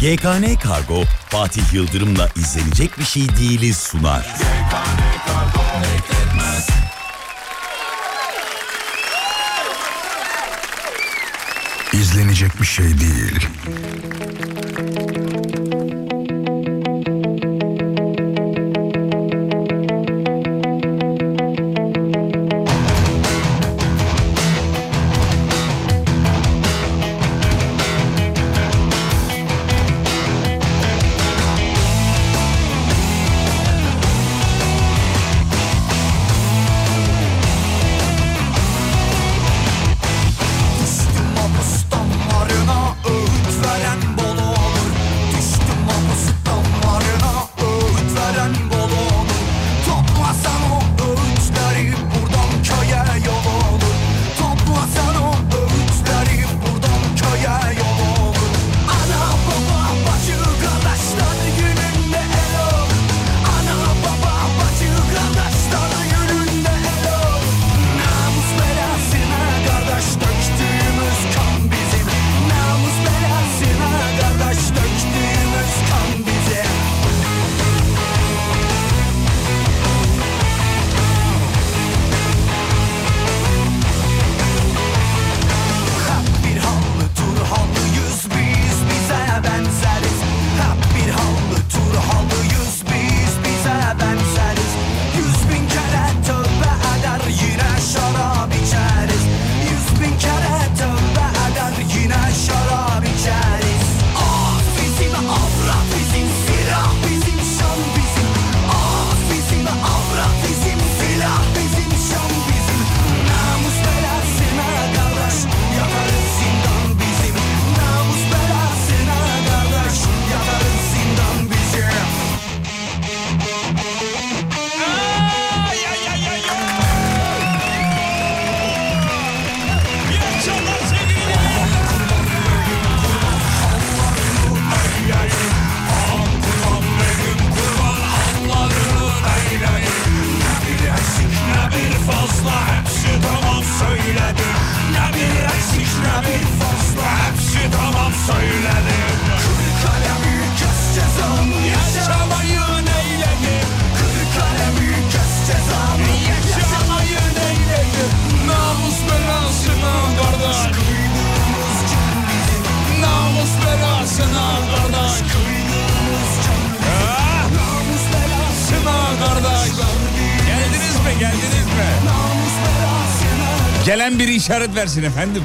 YKN Kargo Fatih Yıldırım'la izlenecek bir şey değiliz sunar. YKN Kargo bekletmez. İzlenecek bir şey değil. Gelen biri işaret versin efendim.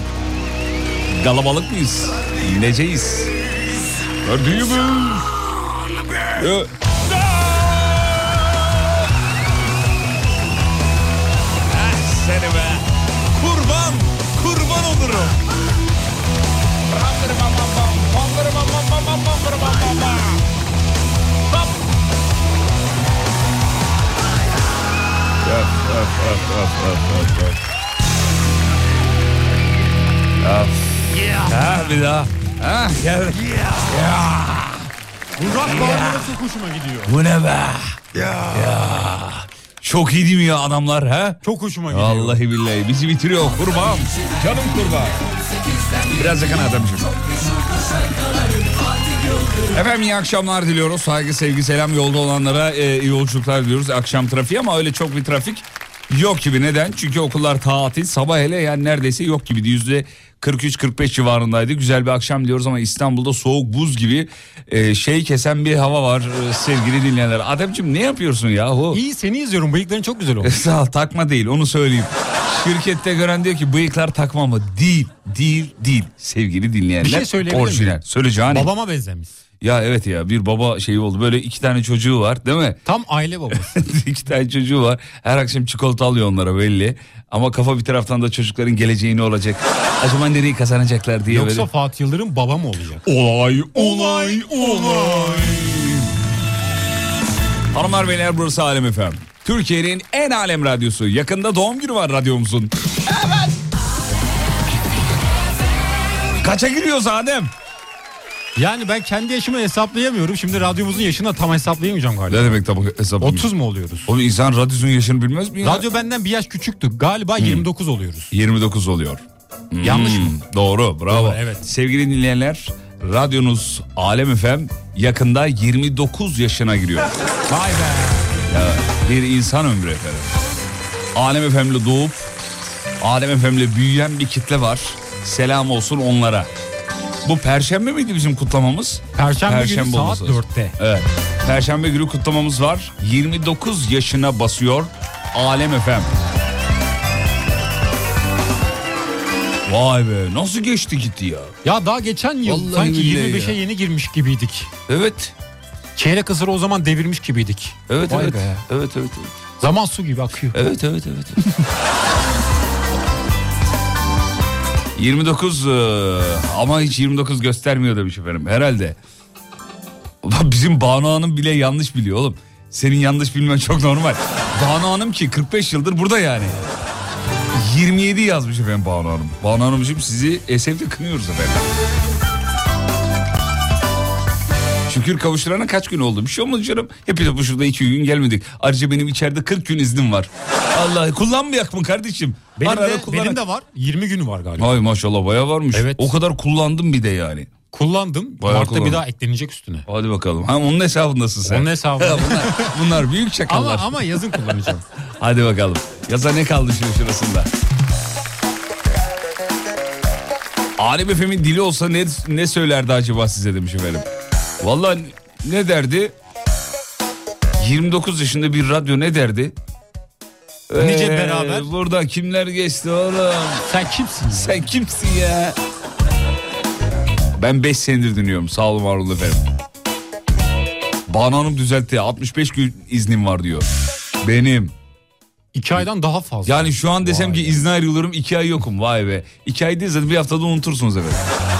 Kalabalık mıyız? Neceyiz? Gördüğümüz. Seni be. Kurban olurum. Ha bir daha. Ha gel. Bu rock bağlamada çok hoşuma gidiyor. Bu ne be? Ya. Çok iyi değil mi ya adamlar ha? Çok hoşuma gidiyor. Vallahi billahi bizi bitiriyor kurban. Canım kurban. Biraz yakın adamcığım. Efendim iyi akşamlar diliyoruz. Saygı, sevgi, selam yolda olanlara iyi yolculuklar diliyoruz. Akşam trafiği ama öyle çok bir trafik yok gibi. Neden? Çünkü okullar tatil. Sabah hele yani neredeyse yok gibiydi. %43-45 civarındaydı. Güzel bir akşam diliyoruz ama İstanbul'da soğuk buz gibi kesen bir hava var sevgili dinleyenler. Ademciğim ne yapıyorsun yahu? İyi seni izliyorum. Bıyıkların çok güzel olmuş. Sağ ol, takma değil onu söyleyeyim. Şirkette gören diyor ki bıyıklar takma mı? Değil sevgili dinleyenler. Bir şey söyleyebilir miyim? Söyle canım. Babama benzemiş. Ya evet ya bir baba şeyi oldu. Böyle 2 tane çocuğu var değil mi? Tam aile babası. 2 tane çocuğu var. Her akşam çikolata alıyor onlara belli. Ama kafa bir taraftan da çocukların geleceği ne olacak? Acaba nereyi kazanacaklar diye. Yoksa böyle. Fatih Yıldırım baba mı olacak? Olay. Hanımlar beyler burası Alem FM. Türkiye'nin en alem radyosu. Yakında doğum günü var radyomuzun. Evet. Kaça giriyoruz Adem? Yani ben kendi yaşımı hesaplayamıyorum. Şimdi radyomuzun yaşını tam hesaplayamayacağım galiba. Ne demek tam hesaplayamıyorum? 30 mu oluyoruz? Oğlum insan radyosunun yaşını bilmez mi ya? Radyo benden bir yaş küçüktü. Galiba 29 oluyoruz. 29 oluyor. Yanlış mı? Doğru bravo. Doğru, evet. Sevgili dinleyenler Radyonuz Alem FM yakında 29 yaşına giriyor. Vay be. Ya, bir insan ömrü efendim. Alem FM'le doğup Alem FM'le büyüyen bir kitle var. Selam olsun onlara. Bu Perşembe miydi bizim kutlamamız? Perşembe günü saat olması lazım. 4'te. Evet. Perşembe günü kutlamamız var. 29 yaşına basıyor Alem FM. Vay be, nasıl geçti gitti ya. Ya daha geçen yıl Vallahi sanki billahi 25'e ya. yeni girmiş gibiydik. Evet. Çeyrek asırı o zaman devirmiş gibiydik. Evet, Vay evet. be. Evet, evet. Zaman su gibi akıyor. Evet. 29 ama hiç 29 göstermiyor demiş efendim herhalde. Bizim Banu Hanım bile yanlış biliyor oğlum. Senin yanlış bilmen çok normal. Banu Hanım ki 45 yıldır burada yani. 27 yazmış efendim Banu Hanım. Banu Hanımcığım sizi esefte kınıyoruz efendim. Şükür kavuşturana kaç gün oldu? Bir şey olmadı canım. Hepimiz bu şurada 2 gün gelmedik. Ayrıca benim içeride 40 gün iznim var. Allah kullanmayak mı kardeşim? Benim de var. 20 günü var galiba. Ay maşallah bayağı varmış. Evet. O kadar kullandım bir de yani. Kullandım. Bayağı Mart'ta kullandım. bir daha eklenecek üstüne. Hadi bakalım. Ha, onun hesabındasın sen. Onun hesabı. bunlar büyük çakallar. ama yazın kullanacağım. Hadi bakalım. Yaza ne kaldı şimdi şurasında? Alem Efem'in dili olsa ne söylerdi acaba size demiş efendim. Vallahi ne derdi? 29 yaşında bir radyo ne derdi? Nice beraber. Burada kimler geçti oğlum? Sen kimsin ya? Sen kimsin ya? Ben 5 senedir dinliyorum. Sağ olun var olun efendim. Banu Hanım düzeltti. 65 gün iznim var diyor. Benim. 2 aydan daha fazla. Yani şu an desem ki izne ayrılıyorum 2 ay yokum. Vay be. 2 ay değil zaten bir haftada unutursunuz efendim.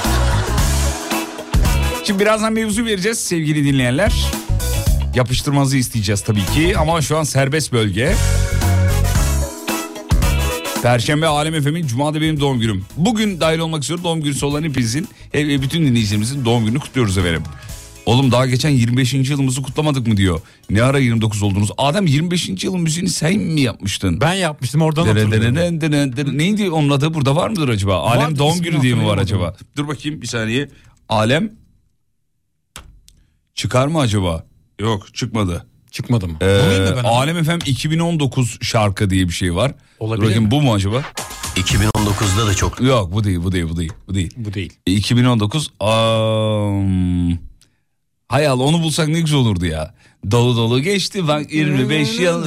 Şimdi birazdan mevzu vereceğiz sevgili dinleyenler. Yapıştırmanızı isteyeceğiz tabii ki. Ama şu an serbest bölge. Perşembe Alem FM'in, Cuma'da benim doğum günüm. Bugün dahil olmak üzere doğum günü olan hepinizin, bütün dinleyicilerimizin doğum gününü kutluyoruz efendim. Oğlum daha geçen 25. yılımızı kutlamadık mı diyor. Ne ara 29 oldunuz? Adem 25. yılın müziğini sen mi yapmıştın? Ben yapmıştım oradan hatırlıyorum. Neydi onun adı, burada var mıdır acaba? Alem Vardı, doğum ismini günü diye mi var acaba? hatırlayamadım. Dur bakayım bir saniye. Alem çıkar mı acaba? Yok çıkmadı. Çıkmadı mı? Bulayım da ben. Alem FM 2019 şarkı diye bir şey var. Olabilir Dur bakayım mi? bu mu acaba? 2019'da da çok. Yok bu değil. Bu değil. 2019 hay Allah onu bulsak ne güzel olurdu ya. Dolu dolu geçti bak 25 yıl.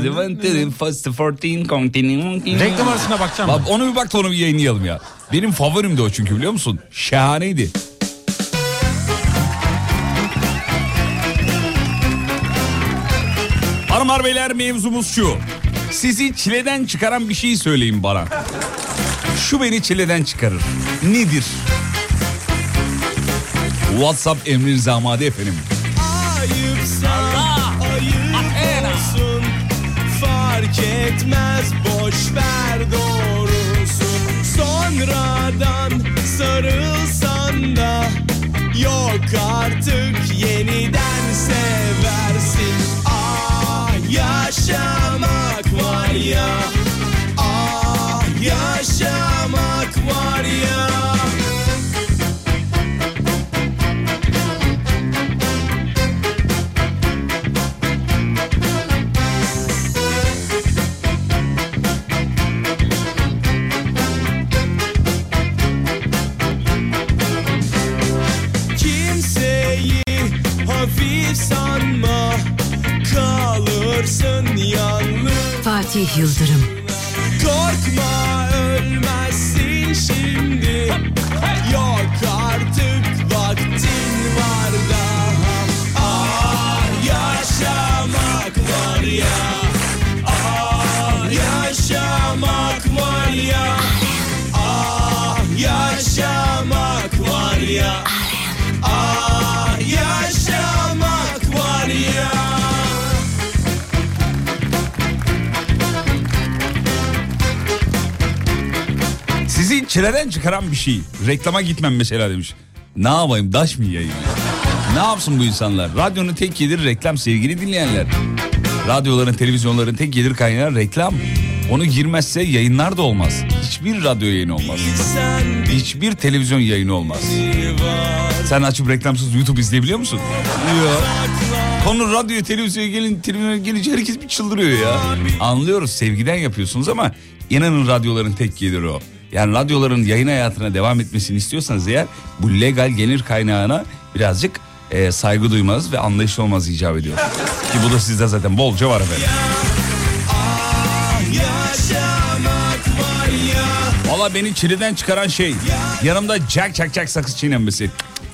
Reklam arasına bakacağım. Bak onu bir bak da onu bir yayınlayalım ya. Benim favorim de o çünkü biliyor musun? Şahaneydi. Hanımlar beyler mevzumuz şu. Sizi çileden çıkaran bir şey söyleyin bana. Şu beni çileden çıkarır. Nedir? WhatsApp emrinize amade efendim. Ayıpsa ayıp olsun, fark etmez boş ver doğrusun. Sonradan sarılsan da yok artık yeniden seversin. Ah yaşamak var ya, ah yaşamak var ya. Hafif sanma, kalırsın yalnız. Fatih Yıldırım. Korkma ölmezsin şimdi. Yok artık vaktin var daha. Ah yaşamak var ya. Ah yaşamak var ya. Ah yaşamak var ya. Ah yaşamak var ya. Sizi çileden çıkaran bir şey. Reklama gitmem mesela demiş. Ne yapayım, daş mı yiyeyim? Ne yapsın bu insanlar? Radyonun tek gelir reklam sevgili dinleyenler. Radyoların, televizyonların tek gelir kaynağı reklam. Onu girmezse yayınlar da olmaz. Hiçbir radyo yayını olmaz. Hiçbir televizyon yayını olmaz. Sen açıp reklamsız YouTube izleyebiliyor musun? Yok. Konu radyo, televizyona gelince herkes bir çıldırıyor ya. Anlıyoruz, sevgiden yapıyorsunuz ama inanın radyoların tek geliri o. Yani radyoların yayın hayatına devam etmesini istiyorsanız eğer bu legal gelir kaynağına birazcık saygı duymanız ve anlayışlı olmanız icap ediyor. Ki bu da sizde zaten bolca var efendim. Valla beni çileden çıkaran şey yanımda cak sakız çiğnenmesi.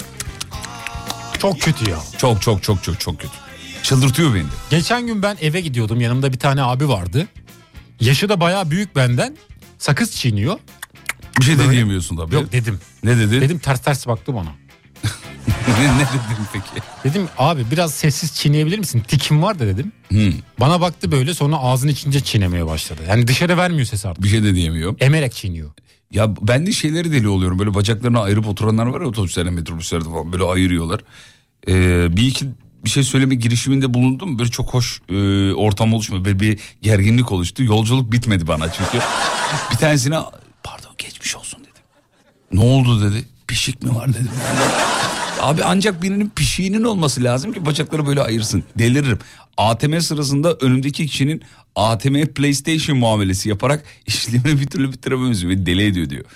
Çok kötü ya. Çok kötü. Çıldırtıyor beni. Geçen gün ben eve gidiyordum. Yanımda bir tane abi vardı. Yaşı da bayağı büyük benden. Sakız çiğniyor. Bir şey de diyemiyorsun tabii. Yok dedim. Ne dedin? Dedim, ters baktı bana. ne dedin peki? Dedim abi biraz sessiz çiğneyebilir misin? Tikim var da dedim. Bana baktı böyle, sonra ağzını içince çiğnemeye başladı. Yani dışarı vermiyor ses artık. Bir şey de diyemiyor. Emerek çiğniyor. Ya ben de şeyleri deli oluyorum. Böyle bacaklarını ayırıp oturanlar var ya otobüslerde, metrobüslerde falan böyle ayırıyorlar. Bir iki bir şey söyleme girişiminde bulundum. Böyle çok hoş ortam oluşmuyor. Böyle bir gerginlik oluştu. Yolculuk bitmedi bana çünkü. Bir tanesine pardon geçmiş olsun dedim. Ne oldu dedi. Pişik mi var dedim. Abi ancak birinin pişiğinin olması lazım ki bacakları böyle ayırsın. Deliririm. ATM sırasında önümdeki kişinin ATM PlayStation muamelesi yaparak işlemini bir türlü bitirememiz. Beni deli ediyor diyor.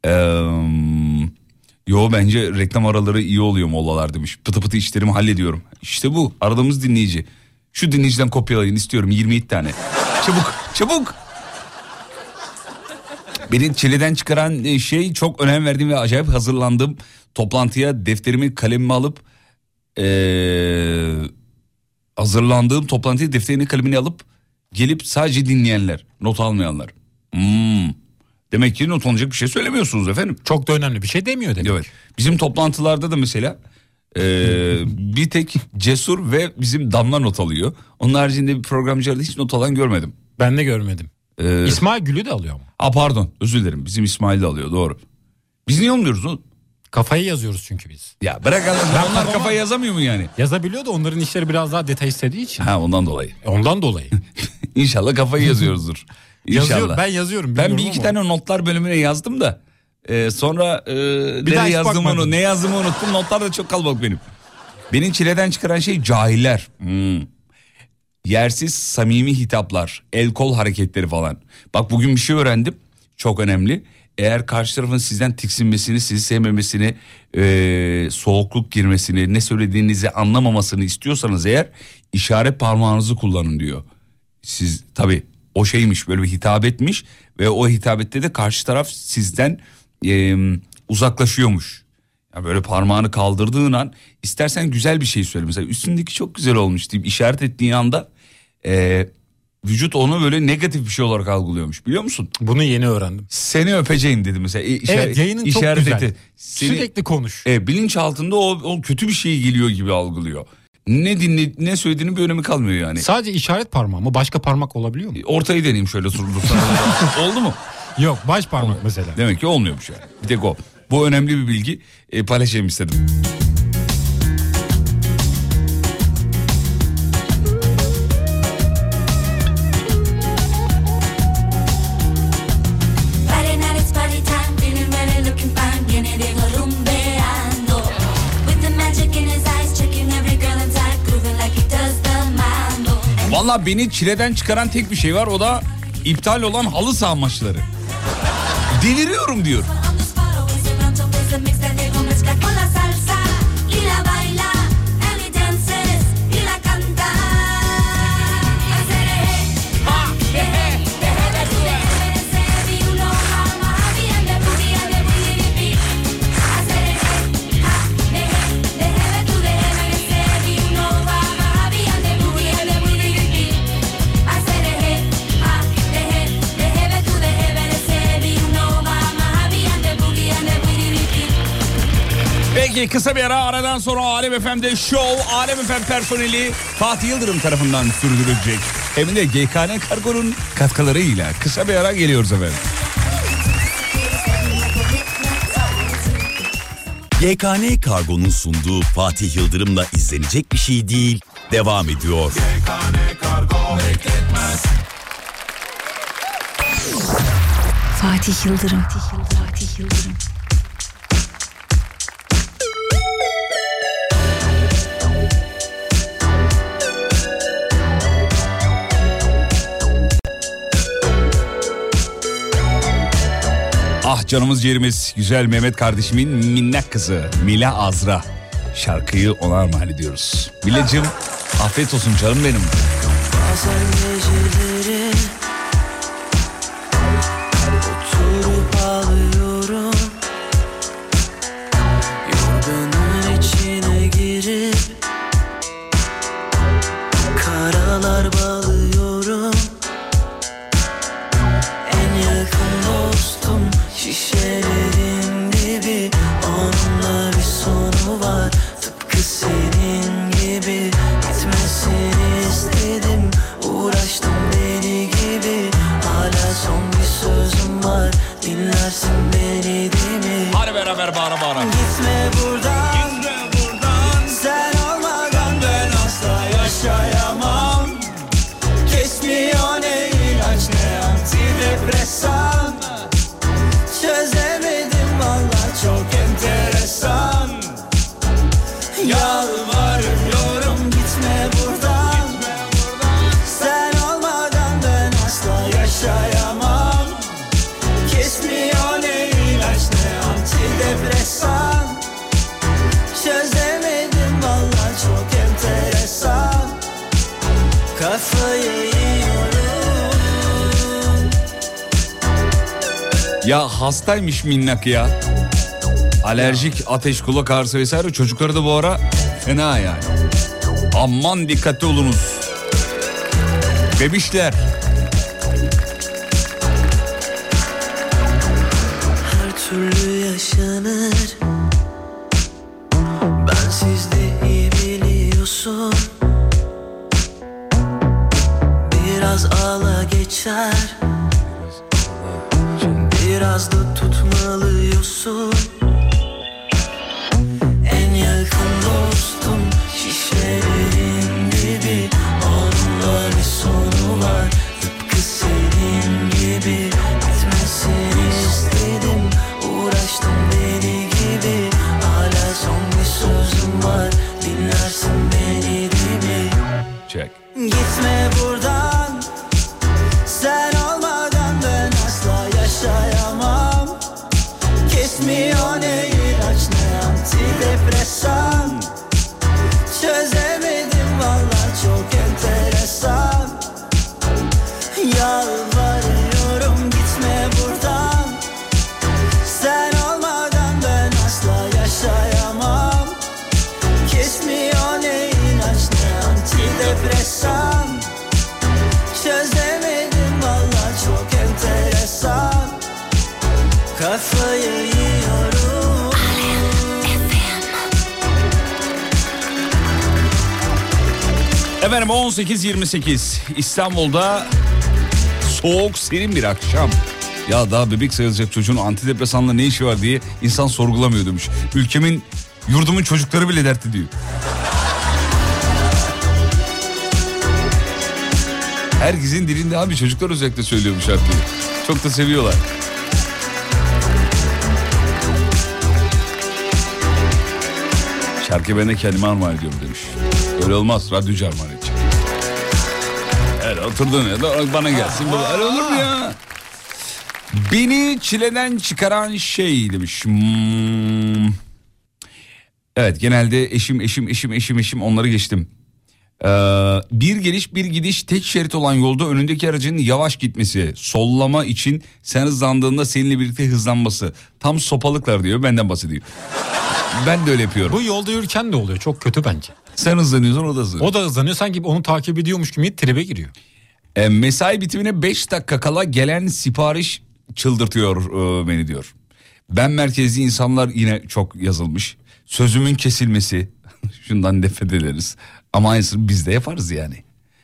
Yo bence reklam araları iyi oluyor molalar demiş. Pıtı pıtı işlerimi hallediyorum. İşte bu aradığımız dinleyici. Şu dinleyiciden kopyalayın istiyorum 27 tane. Çabuk. Beni çileden çıkaran şey çok önem verdiğim ve acayip hazırlandığım toplantıya defterimi kalemimi alıp hazırlandığım toplantıya defterini kalemini alıp gelip sadece dinleyenler, not almayanlar. Demek ki not alınacak bir şey söylemiyorsunuz efendim. Çok da önemli bir şey demiyor demek. Evet. Bizim toplantılarda da mesela bir tek Cesur ve bizim Damla not alıyor. Onun haricinde bir programcılarda hiç not alan görmedim. Ben de görmedim. İsmail Gül'ü de alıyor ama. Pardon özür dilerim, bizim İsmail de alıyor, doğru. Biz niye olmuyoruz oğlum? Kafayı yazıyoruz çünkü biz. Ya bırak Allah, onlar kafayı yazamıyor mu yani? Yazabiliyor da onların işleri biraz daha detay istediği için. Ha ondan dolayı. Ondan dolayı. İnşallah kafayı yazıyoruzdur. İnşallah. Ben yazıyorum. Ben bir iki tane notlar bölümüne yazdım da sonra nereye yazdığımı unuttum. Ne yazdığımı unuttum. Notlar da çok kalabalık benim. Beni çileden çıkaran şey cahiller. Yersiz samimi hitaplar, el kol hareketleri falan. Bak bugün bir şey öğrendim. Çok önemli. Eğer karşı tarafın sizden tiksinmesini, sizi sevmemesini, soğukluk girmesini, ne söylediğinizi anlamamasını istiyorsanız eğer işaret parmağınızı kullanın diyor. Siz tabii o şeymiş, böyle bir hitap etmiş ve o hitabette de karşı taraf sizden uzaklaşıyormuş. Yani böyle parmağını kaldırdığın an istersen güzel bir şey söyle. Mesela üstündeki çok güzel olmuş deyip işaret ettiğin anda vücut onu böyle negatif bir şey olarak algılıyormuş, biliyor musun? Bunu yeni öğrendim. Seni öpeceğim dedi mesela. Evet, yayının çok güzel. Seni, sürekli konuş. Bilinçaltında o kötü bir şey geliyor gibi algılıyor. Ne söylediğinin bir önemi kalmıyor yani. Sadece işaret parmağı mı? Başka parmak olabiliyor mu? Ortayı deneyeyim şöyle durdursana. Oldu mu? Yok, baş parmak mesela. Demek ki olmuyormuş yani. Bir tek o. Bu önemli bir bilgi, paylaşayım istedim. Valla beni çileden çıkaran tek bir şey var, o da iptal olan halı saha maçları. Deliriyorum diyor. Peki kısa bir aradan sonra Alem FM'de show, Alem FM personeli Fatih Yıldırım tarafından sürdürülecek. Hem de GKN Kargo'nun katkılarıyla kısa bir ara geliyoruz efendim. GKN Kargo'nun sunduğu Fatih Yıldırım'la izlenecek bir şey değil devam ediyor. GKN Kargo bekletmez. Fatih Yıldırım. Fatih Yıldırım. Ah canımız ciğerimiz, güzel Mehmet kardeşimin minnak kızı Mila Azra. Şarkıyı ona armağan ediyoruz. Milacığım afiyet olsun canım benim. Bazen geceleri oturup ağlıyorum, yorganın içine girip karalar bağlıyorum. En yakın dostum şişelerin dibi, onunla bir sonu var tıpkı senin gibi. Gitmesini istedim, uğraştım deli gibi. Hala son bir sözüm var, dinlersin beni değil mi? Hadi beraber bağıra bağıra. Gitme buradan, sen olmadan ben asla yaşayamam. Kesmiyor ne ilaç ne antidepresan. Çözemedim valla, çok enteresan. Yalvarıyorum gitme buradan. Sen olmadan ben asla yaşayamam. Kesmiyor ne ilaç ne antidepresan. Çözemedim valla, çok enteresan. Kafayı yiyorum. Ya hastaymış minnak ya. Alerjik, ateş, kulak ağrısı vesaire. Çocukları da bu ara fena yani. Aman dikkatli olunuz. Bebişler. Her türlü yaşanır, bensiz de iyi biliyorsun. Biraz ağla geçer, biraz da tutmalıyorsun. En yakın dostum şişelerin dibi, onunla bir sonu var tıpkı senin gibi. Gitmesini istedim, uğraştım deli gibi. Hala son bir sözüm var, dinlersin beni değil mi? Çek. Gitme buradan, sen olmadan ben asla yaşayamam. Kesmiyor ne ilaç ne antidepresan. Çözemedim valla, çok enteresan. Yalvarıyorum gitme buradan. Sen olmadan ben asla yaşayamam. Kesmiyor ne ilaç ne antidepresan. Çözemedim valla, çok enteresan. Kafayı yiyorum. Efendim 18.28 İstanbul'da soğuk serin bir akşam. Ya daha bebek sayılacak çocuğun antidepresanla ne işi var diye insan sorgulamıyor demiş. Ülkemin, yurdumun çocukları bile dertli diyor. Herkesin dilinde abi, çocuklar özellikle söylüyor bu şarkıyı. Çok da seviyorlar. Şarkı ben de kendime armağan ediyorum demiş. Öyle olmaz, radyocu armağan edeceğim. Evet, oturdun ya da bana gelsin. Öyle olur mu ya? Beni çileden çıkaran şey demiş. Evet, genelde eşim onları geçtim. Bir geliş bir gidiş tek şerit olan yolda önündeki aracın yavaş gitmesi, sollama için sen hızlandığında seninle birlikte hızlanması, tam sopalıklar diyor, benden bahsediyor. Ben de öyle yapıyorum. Bu yolda yürürken de oluyor, çok kötü bence. Sen hızlanıyorsun, o da hızlanıyor. O da hızlanıyor, sanki onu takip ediyormuş gibi tribe giriyor. Mesai bitimine 5 dakika kala gelen sipariş çıldırtıyor beni diyor. Ben merkezli insanlar yine çok yazılmış. Sözümün kesilmesi, şundan nefret ederiz. Ama aynısını biz de yaparız yani.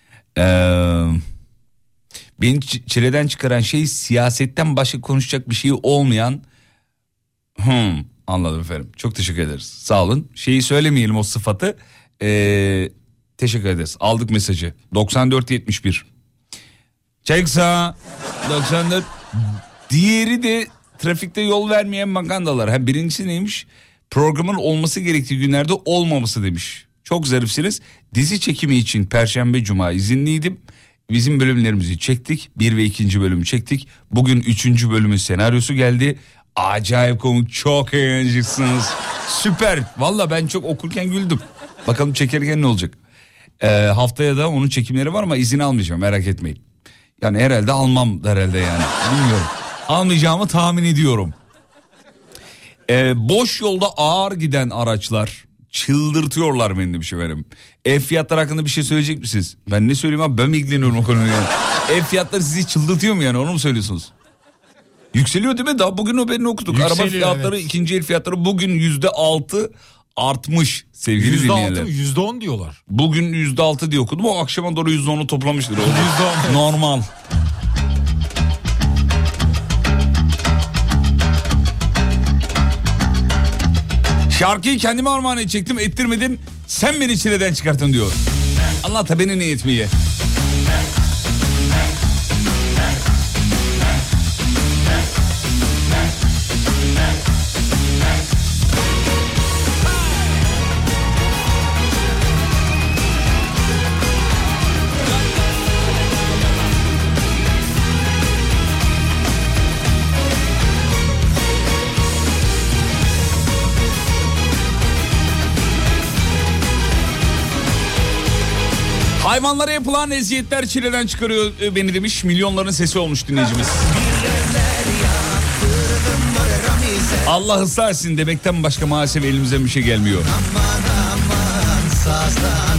Beni çileden çıkaran şey siyasetten başka konuşacak bir şey olmayan... Anladım efendim. Çok teşekkür ederiz. Sağ olun. Şeyi söylemeyelim, o sıfatı. Teşekkür ederiz. Aldık mesajı. 94-71. Çek sağa 94. Diğeri de trafikte yol vermeyen magandalar. Ha, birincisi neymiş? Programın olması gerektiği günlerde olmaması demiş. Çok zarifsiniz. Dizi çekimi için Perşembe Cuma izinliydim. Bizim bölümlerimizi çektik. 1 ve 2. bölümü çektik. Bugün 3. bölümün senaryosu geldi. Acayip komik, çok eğleneceksiniz. Süper. Valla ben çok okurken güldüm. Bakalım çekerken ne olacak? Haftaya da onun çekimleri var ama izin almayacağım, merak etmeyin. Yani herhalde almam herhalde yani. Bilmiyorum. Almayacağımı tahmin ediyorum. Boş yolda ağır giden araçlar çıldırtıyorlar beni demiş efendim. Ev fiyatları hakkında bir şey söyleyecek misiniz? Ben ne söyleyeyim abi, ben mi ilgileniyorum o konuyla yani? Ev fiyatları sizi çıldırtıyor mu yani, onu mu söylüyorsunuz? Yükseliyor değil mi? Daha bugün haberini okuduk. Yükseliyor, araba fiyatları, evet. İkinci el fiyatları bugün %6 artmış sevgili dinleyenler. %6 mı? %10 diyorlar. Bugün %6 diye okudum. O akşama doğru %10'u toplamıştır. %10. Normal. Şarkıyı kendime armağan edecektim, ettirmedin. Sen beni çileden çıkartın diyor. Allah da beni ne etmeye. Hayvanlara yapılan eziyetler çileden çıkarıyor beni demiş. Milyonların sesi olmuş dinleyicimiz. Allah ıslah etsin demekten başka maalesef elimizden bir şey gelmiyor. Aman aman sazdan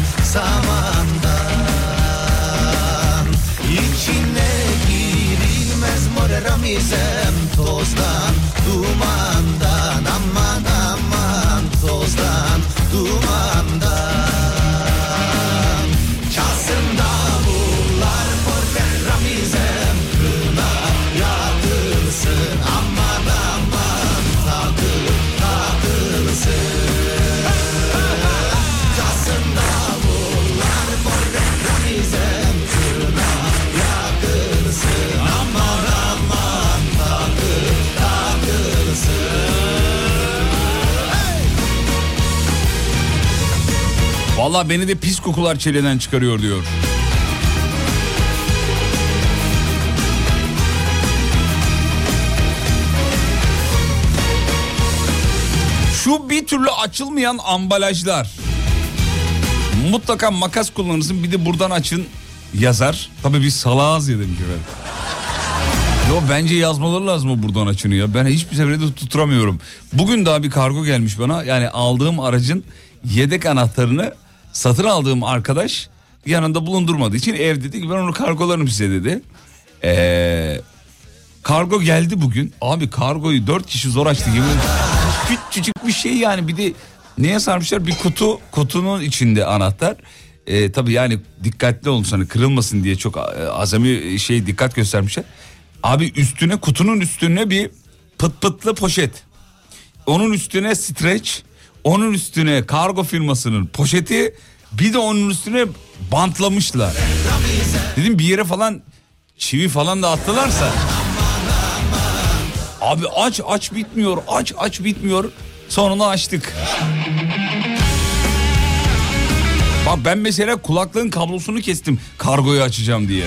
samandan İçine girilmez more ramizem tozdan dumandan aman aman tozdan dumandan çalsın davullar more ramizem kına yakılsın aman aman takılsın çalsın davullar more ramizem kına yakılsın aman aman takılsın. Vallahi beni de pis kokular çileden çıkarıyor diyor. Şu bir türlü açılmayan ambalajlar. Mutlaka makas kullanırsın, bir de buradan açın yazar. Tabii biz salağız ya demiş efendim. Yo, bence yazmaları lazım o buradan açını ya. Ben hiçbir seferinde de tutturamıyorum. Bugün daha bir kargo gelmiş bana. Yani aldığım aracın yedek anahtarını satın aldığım arkadaş yanında bulundurmadığı için ev dedi ki ben onu kargolarım size dedi. Kargo geldi bugün. Abi kargoyu 4 kişi zor açtı. Küçücük bir şey yani, bir de neye sarmışlar? Bir kutunun içinde anahtar. Tabii yani dikkatli olun, hani kırılmasın diye çok azami dikkat göstermişler. Abi üstüne, kutunun üstüne bir pıt pıtlı poşet. Onun üstüne streç. Onun üstüne kargo firmasının poşeti. Bir de onun üstüne bantlamışlar. Dedim bir yere falan çivi falan da attılarsa. Abi aç bitmiyor. Aç bitmiyor. Sonunda açtık. Bak ben mesela kulaklığın kablosunu kestim kargoyu açacağım diye.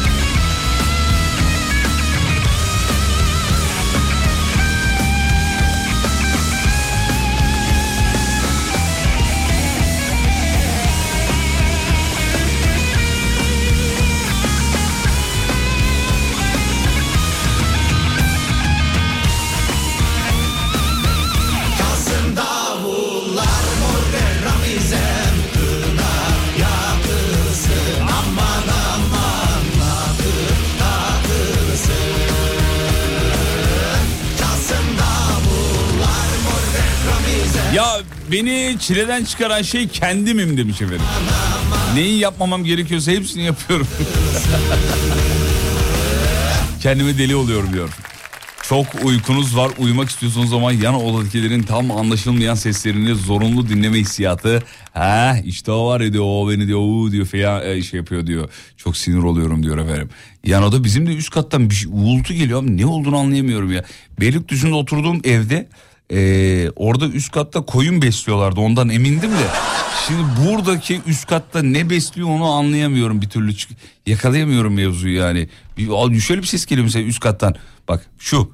Ya beni çileden çıkaran şey kendimim demiş efendim. Neyi yapmamam gerekiyorsa hepsini yapıyorum. Kendime deli oluyorum diyor. Çok uykunuz var, uyumak istiyorsunuz ama yan odadakilerin tam anlaşılmayan seslerini zorunlu dinleme hissiyatı. İşte o var ya diyor, o beni diyor, diyor falan şey yapıyor diyor. Çok sinir oluyorum diyor efendim. Yan oda bizim de üst kattan bir şey, uğultu geliyor ama ne olduğunu anlayamıyorum ya. Beylikdüzü'nde oturduğum evde orada üst katta koyun besliyorlardı, ondan emindim de. Şimdi buradaki üst katta ne besliyor onu anlayamıyorum bir türlü. Yakalayamıyorum mevzuyu yani. Şöyle bir ses geliyor mesela üst kattan. Bak şu.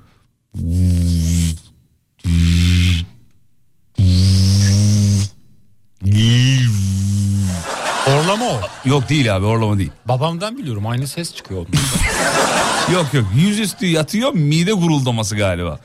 Horlama o. Yok değil abi, horlama değil. Babamdan biliyorum, aynı ses çıkıyor. Yok yüzüstü yatıyor, mide guruldaması galiba.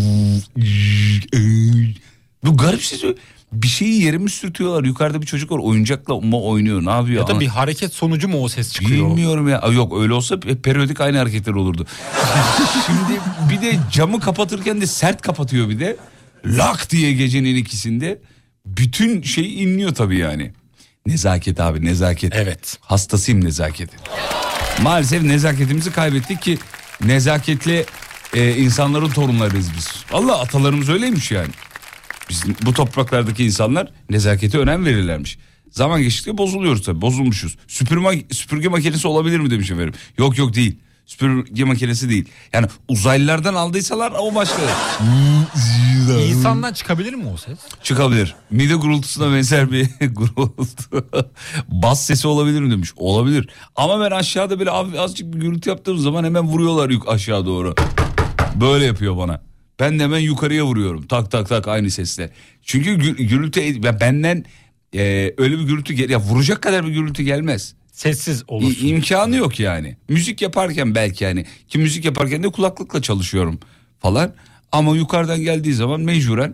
Bu garip ses. Bir şeyi yere mi sürtüyorlar? Yukarıda bir çocuk var, oyuncakla oynuyor, ne yapıyor? Ya da bir hareket sonucu mu o ses çıkıyor? Bilmiyorum ya. Yok öyle olsa periyodik aynı hareketler olurdu. Şimdi bir de camı kapatırken de sert kapatıyor bir de. Lak diye gecenin ikisinde. Bütün şey inliyor tabii yani. Nezaket abi, nezaket. Evet. Hastasıyım nezaketin. Maalesef nezaketimizi kaybettik ki nezaketli insanların torunlarıyız biz. Vallahi atalarımız öyleymiş yani. Biz bu topraklardaki insanlar nezakete önem verirlermiş. Zaman geçtikçe bozuluyoruz tabii, bozulmuşuz. Süpürge makinesi olabilir mi demiş efendim. Yok değil. Süpürge makinesi değil. Yani uzaylılardan aldıysalar o başka. İnsandan çıkabilir mi o ses? Çıkabilir. Mide gurultusuna benzer bir gurultu. Bas sesi olabilir mi demiş. Olabilir. Ama ben aşağıda böyle azıcık bir gürültü yaptığım zaman hemen vuruyorlar aşağı doğru. Böyle yapıyor bana. Ben de hemen yukarıya vuruyorum. Tak tak tak aynı sesle. Çünkü gürültü benden öyle bir gürültü ya vuracak kadar bir gürültü gelmez. Sessiz olursun. İmkanı yok yani. Müzik yaparken belki yani. Ki müzik yaparken de kulaklıkla çalışıyorum falan. Ama yukarıdan geldiği zaman mecburen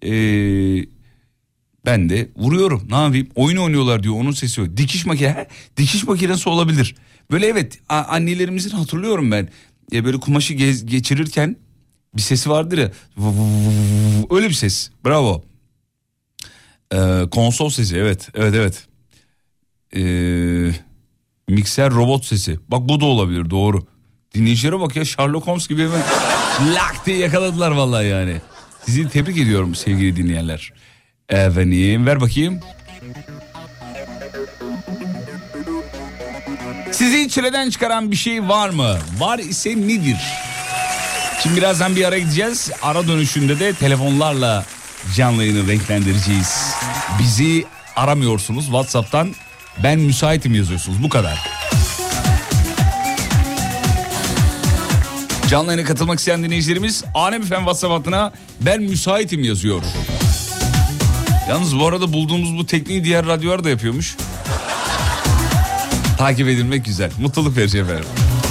ben de vuruyorum. Ne yapayım? Oyun oynuyorlar diyor, onun sesi yok. Dikiş makinesi olabilir. Böyle evet, annelerimizin hatırlıyorum ben. Böyle kumaşı geçirirken bir sesi vardır ya. Öyle bir ses. Bravo. Konsol sesi, evet. Mikser robot sesi. Bak bu da olabilir, doğru. Dinleyicilere bak ya, Sherlock Holmes gibi hemen lak diye yakaladılar vallahi yani. Sizi tebrik ediyorum sevgili dinleyenler. Efendim ver bakayım. Sizi çileden çıkaran bir şey var mı? Var ise nedir? Şimdi birazdan bir ara gideceğiz. Ara dönüşünde de telefonlarla canlı yayını renklendireceğiz. Bizi aramıyorsunuz WhatsApp'tan. Ben müsaitim yazıyorsunuz, bu kadar. Canlı yayına katılmak isteyen dinleyicilerimiz Alem FM WhatsApp hattına ben müsaitim yazıyor. Yalnız bu arada bulduğumuz bu tekniği diğer radyolar da yapıyormuş. Takip edilmek güzel. Mutluluk verici efendim.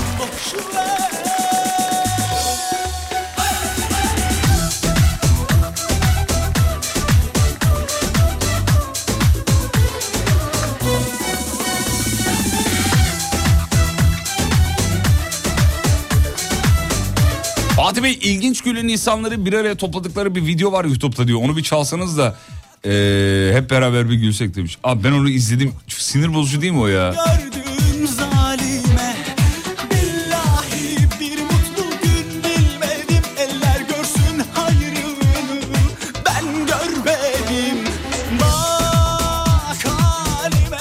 Fatih Bey, ilginç gülen insanları bir araya topladıkları bir video var YouTube'da diyor. Onu bir çalsanız da hep beraber bir gülsek demiş. Abi ben onu izledim. Sinir bozucu değil mi o ya? Gördüm zalime, billahi bir mutlu gün bilmedim. Eller görsün hayrını, ben görmedim. Bak halime,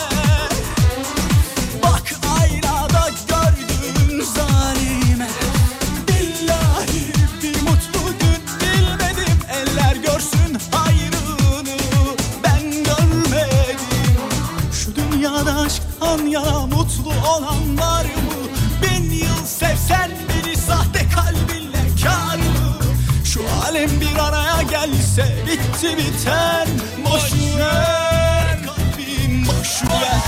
bak aynada gördüm zalime. Billahi bir mutlu gün bilmedim. Eller görsün hayrını, ben görmedim. Şu dünyada aşktan yana mutlu olan var mı? 1000 yıl sevsen beni sahte kalbinle kâr mı? Şu alem bir araya gelse bitti biten. Boş ver kalbim, boş ver.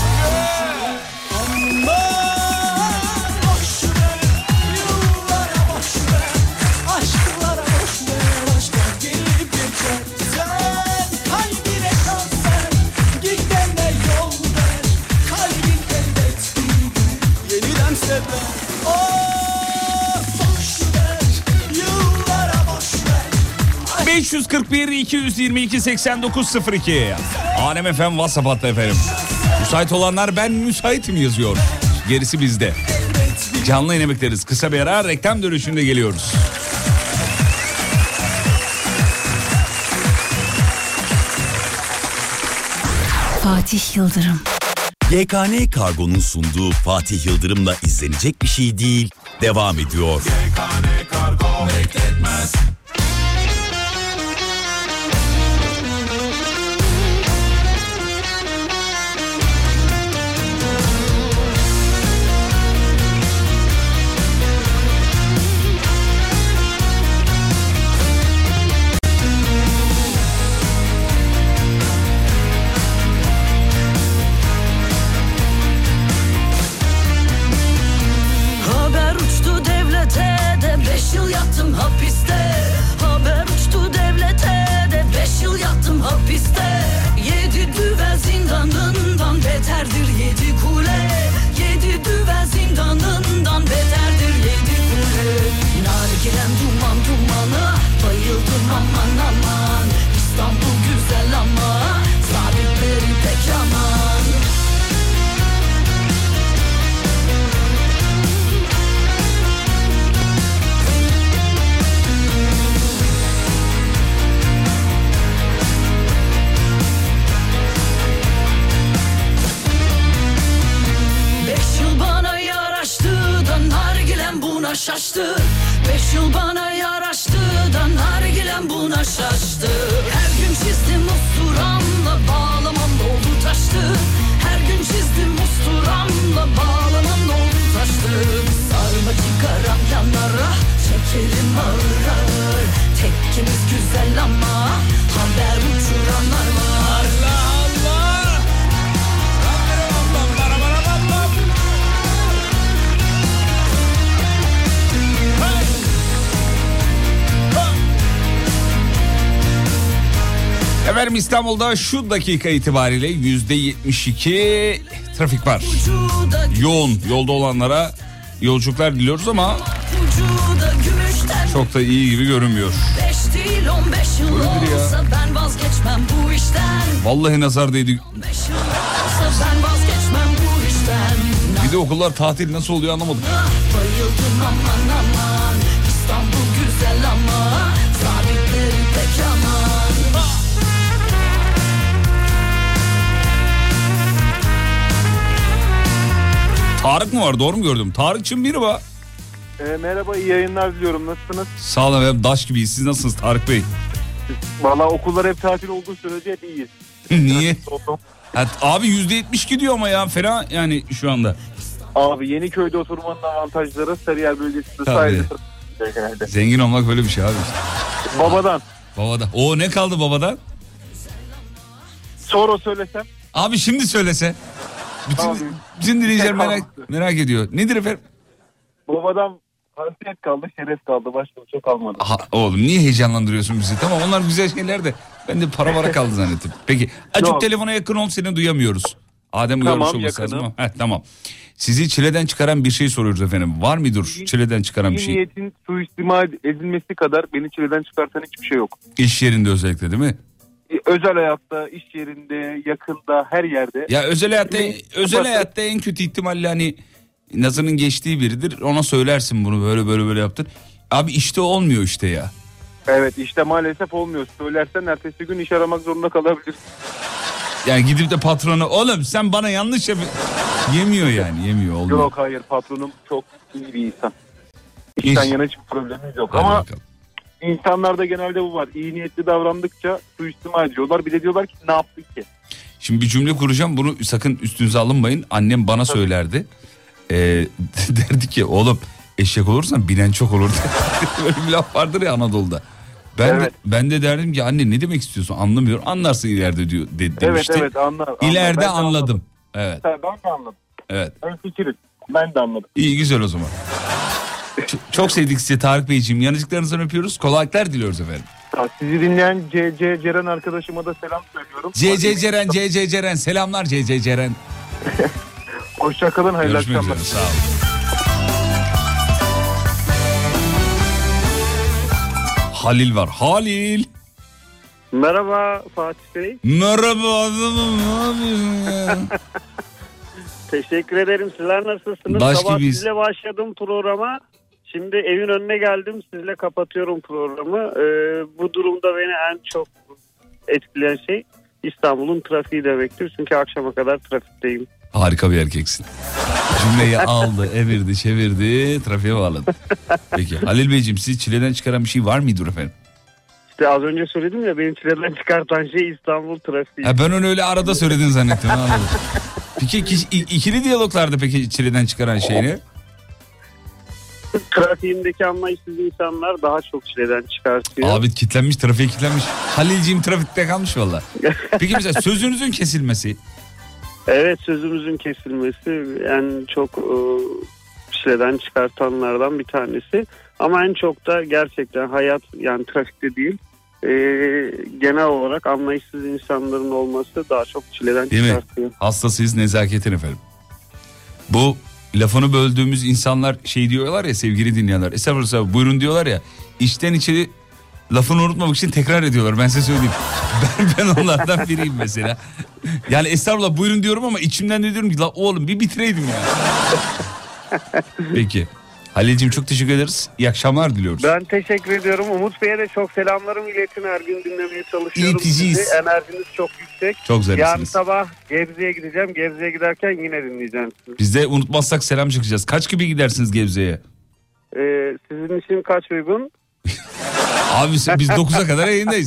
Aman boş ver, yıllara boş ver, aşklara boş ver. Aşklar gelip geçer, sen kalbine kal sen. Gidene yol ver, kalbin elbet bir gün yeniden sever. Oh boş ver, yıllara boş ver. 541 222 8902 Alem FM WhatsApp hattı efendim. Müsait olanlar ben müsaitim yazıyor. Gerisi bizde. Canlı yayın bekleriz. Kısa bir ara, reklam dönüşünde geliyoruz. Fatih Yıldırım. YKN Kargo'nun sunduğu Fatih Yıldırım'la izlenecek bir şey değil devam ediyor. YKN Kargo bekletmez. Haber uçtu devlete de 5 yıl yattım hapiste. Haber uçtu devlete de 5 yıl yattım hapiste. 7 düvel zindanından beterdir 7 kule. 7 düvel zindanından beterdir 7 kule. Nargilem duman dumana bayıldım aman aman. İstanbul güzel ama sabitleri pek aman. Buna şaştı. 5 yıl bana yaraştı da nargilem buna şaştı. Her gün çizdim usturamla bağlamam doldu taştı. Her gün çizdim usturamla bağlamam doldu taştı. Sarma çıkaram yanlara çekelim ağır ağır. Tekkimiz güzel ama haber uçuranlar var. Allah Allah. Efendim İstanbul'da şu dakika itibariyle %72 trafik var. Yoğun yolda olanlara yolculuklar diliyoruz ama çok da iyi gibi görünmüyor. 5 değil 15 yıl olsa ben vazgeçmem bu işten. Vallahi nazar değdi. 15 yıl olsa ben vazgeçmem bu işten. Bir de okullar tatil nasıl oluyor anlamadım. Bayıldım aman aman. İstanbul güzel ama sabitleri pek aman. Tarık mı var, doğru mu gördüm? Tarık'cığım biri var. Merhaba, iyi yayınlar diliyorum. Nasılsınız? Sağ olun efendim, daş gibiyiz. Siz nasılsınız Tarık Bey? Valla okullar hep tatil olduğu sürece hep iyiyiz. Niye? Abi %70 gidiyor ama ya, fena yani şu anda. Abi Yeniköy'de oturmanın avantajları Sarıyer bölgesinde sayesinde. Zengin olmak böyle bir şey abi işte. Babadan. Babadan. O ne kaldı babadan? Sonra söylesem. Abi şimdi söylese. Bütün dinleyiciler merak ediyor. Nedir efendim? Babadan hasiyet kaldı, şeref kaldı. Başka bir şey kalmadı. Aha, oğlum niye heyecanlandırıyorsun bizi? Tamam, onlar güzel şeyler de ben de para kaldı zannettim. Peki açık telefona yakın ol, seni duyamıyoruz. Adem uyarmış olması lazım. Tamam. Sizi çileden çıkaran bir şey soruyoruz efendim. Var mıdır çileden çıkaran bir şey? Niyetin suistimal edilmesi kadar beni çileden çıkartan hiçbir şey yok. İş yerinde özellikle değil mi? Özel hayatta, iş yerinde, yakında, her yerde. Ya özel hayatta en kötü ihtimalle hani nazının geçtiği biridir. Ona söylersin bunu, böyle yaptın. Abi işte olmuyor işte ya. Evet, işte maalesef olmuyor. Söylersen ertesi gün iş aramak zorunda kalabilirsin. Yani gidip de patrona oğlum sen bana yanlış yemiyor yani, yemiyor, olmuyor. Yok hayır, patronum çok iyi bir insan. İşten yana hiçbir problemimiz yok. Ama bakalım. İnsanlarda genelde bu var. İyi niyetli davrandıkça suistimal ediyorlar. Bir de diyorlar ki ne yaptın ki? Şimdi bir cümle kuracağım, bunu sakın üstünüze alınmayın. Annem bana söylerdi. Derdi ki oğlum eşek olursan binen çok olur. Böyle bir laf vardır ya Anadolu'da. Ben de derdim ki anne ne demek istiyorsun, anlamıyorum. Anlarsın ileride diyor demişti. Evet anlar. İleride anladım. Evet. Ben de anladım. Evet. Ben fikirim. Ben de anladım. İyi, güzel o zaman. Çok sevdik sizi Tarık Beyciğim. Yanıcıklarınızdan öpüyoruz. Kolaylıklar diliyoruz efendim. Sizi dinleyen C.C. Ceren arkadaşıma da selam söylüyorum. C.C. Ceren. Selamlar C.C. Ceren. Hoşçakalın. Hayırlı Görüşmek akşamlar. üzere. Sağ olun. Halil var. Halil. Merhaba Fatih Bey. Merhaba adamım, ne yapıyorsun ya? Teşekkür ederim. Sizler nasılsınız? Sabah sizle başladım programa. Şimdi evin önüne geldim. Sizle kapatıyorum programı. Bu durumda beni en çok etkileyen şey İstanbul'un trafiği demektir. Çünkü akşama kadar trafikteyim. Harika bir erkeksin. Cümleyi aldı, evirdi, çevirdi, trafiğe bağladı. Peki Halil Beyciğim, sizi çileden çıkaran bir şey var mıydı efendim? İşte az önce söyledim ya, beni çileden çıkartan şey İstanbul trafiği. Ben onu öyle arada söyledin zannettim. Anladım. Peki ikili diyaloglarda peki çileden çıkaran şey ne? Trafiğindeki anlayışsız insanlar daha çok çileden çıkartıyor. Abi kilitlenmiş, trafiğe kilitlenmiş. Halilciğim trafikte kalmış valla. Peki mesela sözünüzün kesilmesi? Evet, sözümüzün kesilmesi en çok çileden çıkartanlardan bir tanesi. Ama en çok da gerçekten hayat, yani trafikte değil, genel olarak anlayışsız insanların olması daha çok çileden değil çıkartıyor. Mi? Hastasıyız nezaketin efendim. Bu lafını böldüğümüz insanlar şey diyorlar ya sevgili dinleyenler. Estağfurullah buyurun diyorlar ya. İçten içe lafını unutmamak için tekrar ediyorlar. Ben size söyleyeyim. Ben onlardan biriyim mesela. Yani estağfurullah buyurun diyorum ama içimden de diyorum ki la oğlum bir bitireydim ya. Peki. Halil'ciğim çok teşekkür ederiz. İyi akşamlar diliyoruz. Ben teşekkür ediyorum. Umut Bey'e de çok selamlarımı iletin. Her gün dinlemeye çalışıyorum sizi. Enerjiniz çok yüksek. Çok zarifsiniz. Yarın sabah Gebze'ye gideceğim. Gebze'ye giderken yine dinleyeceğim sizi. Biz de unutmazsak selam çıkacağız. Kaç gibi gidersiniz Gebze'ye? Sizin için kaç uygun? Abi biz 9'a kadar yayındayız.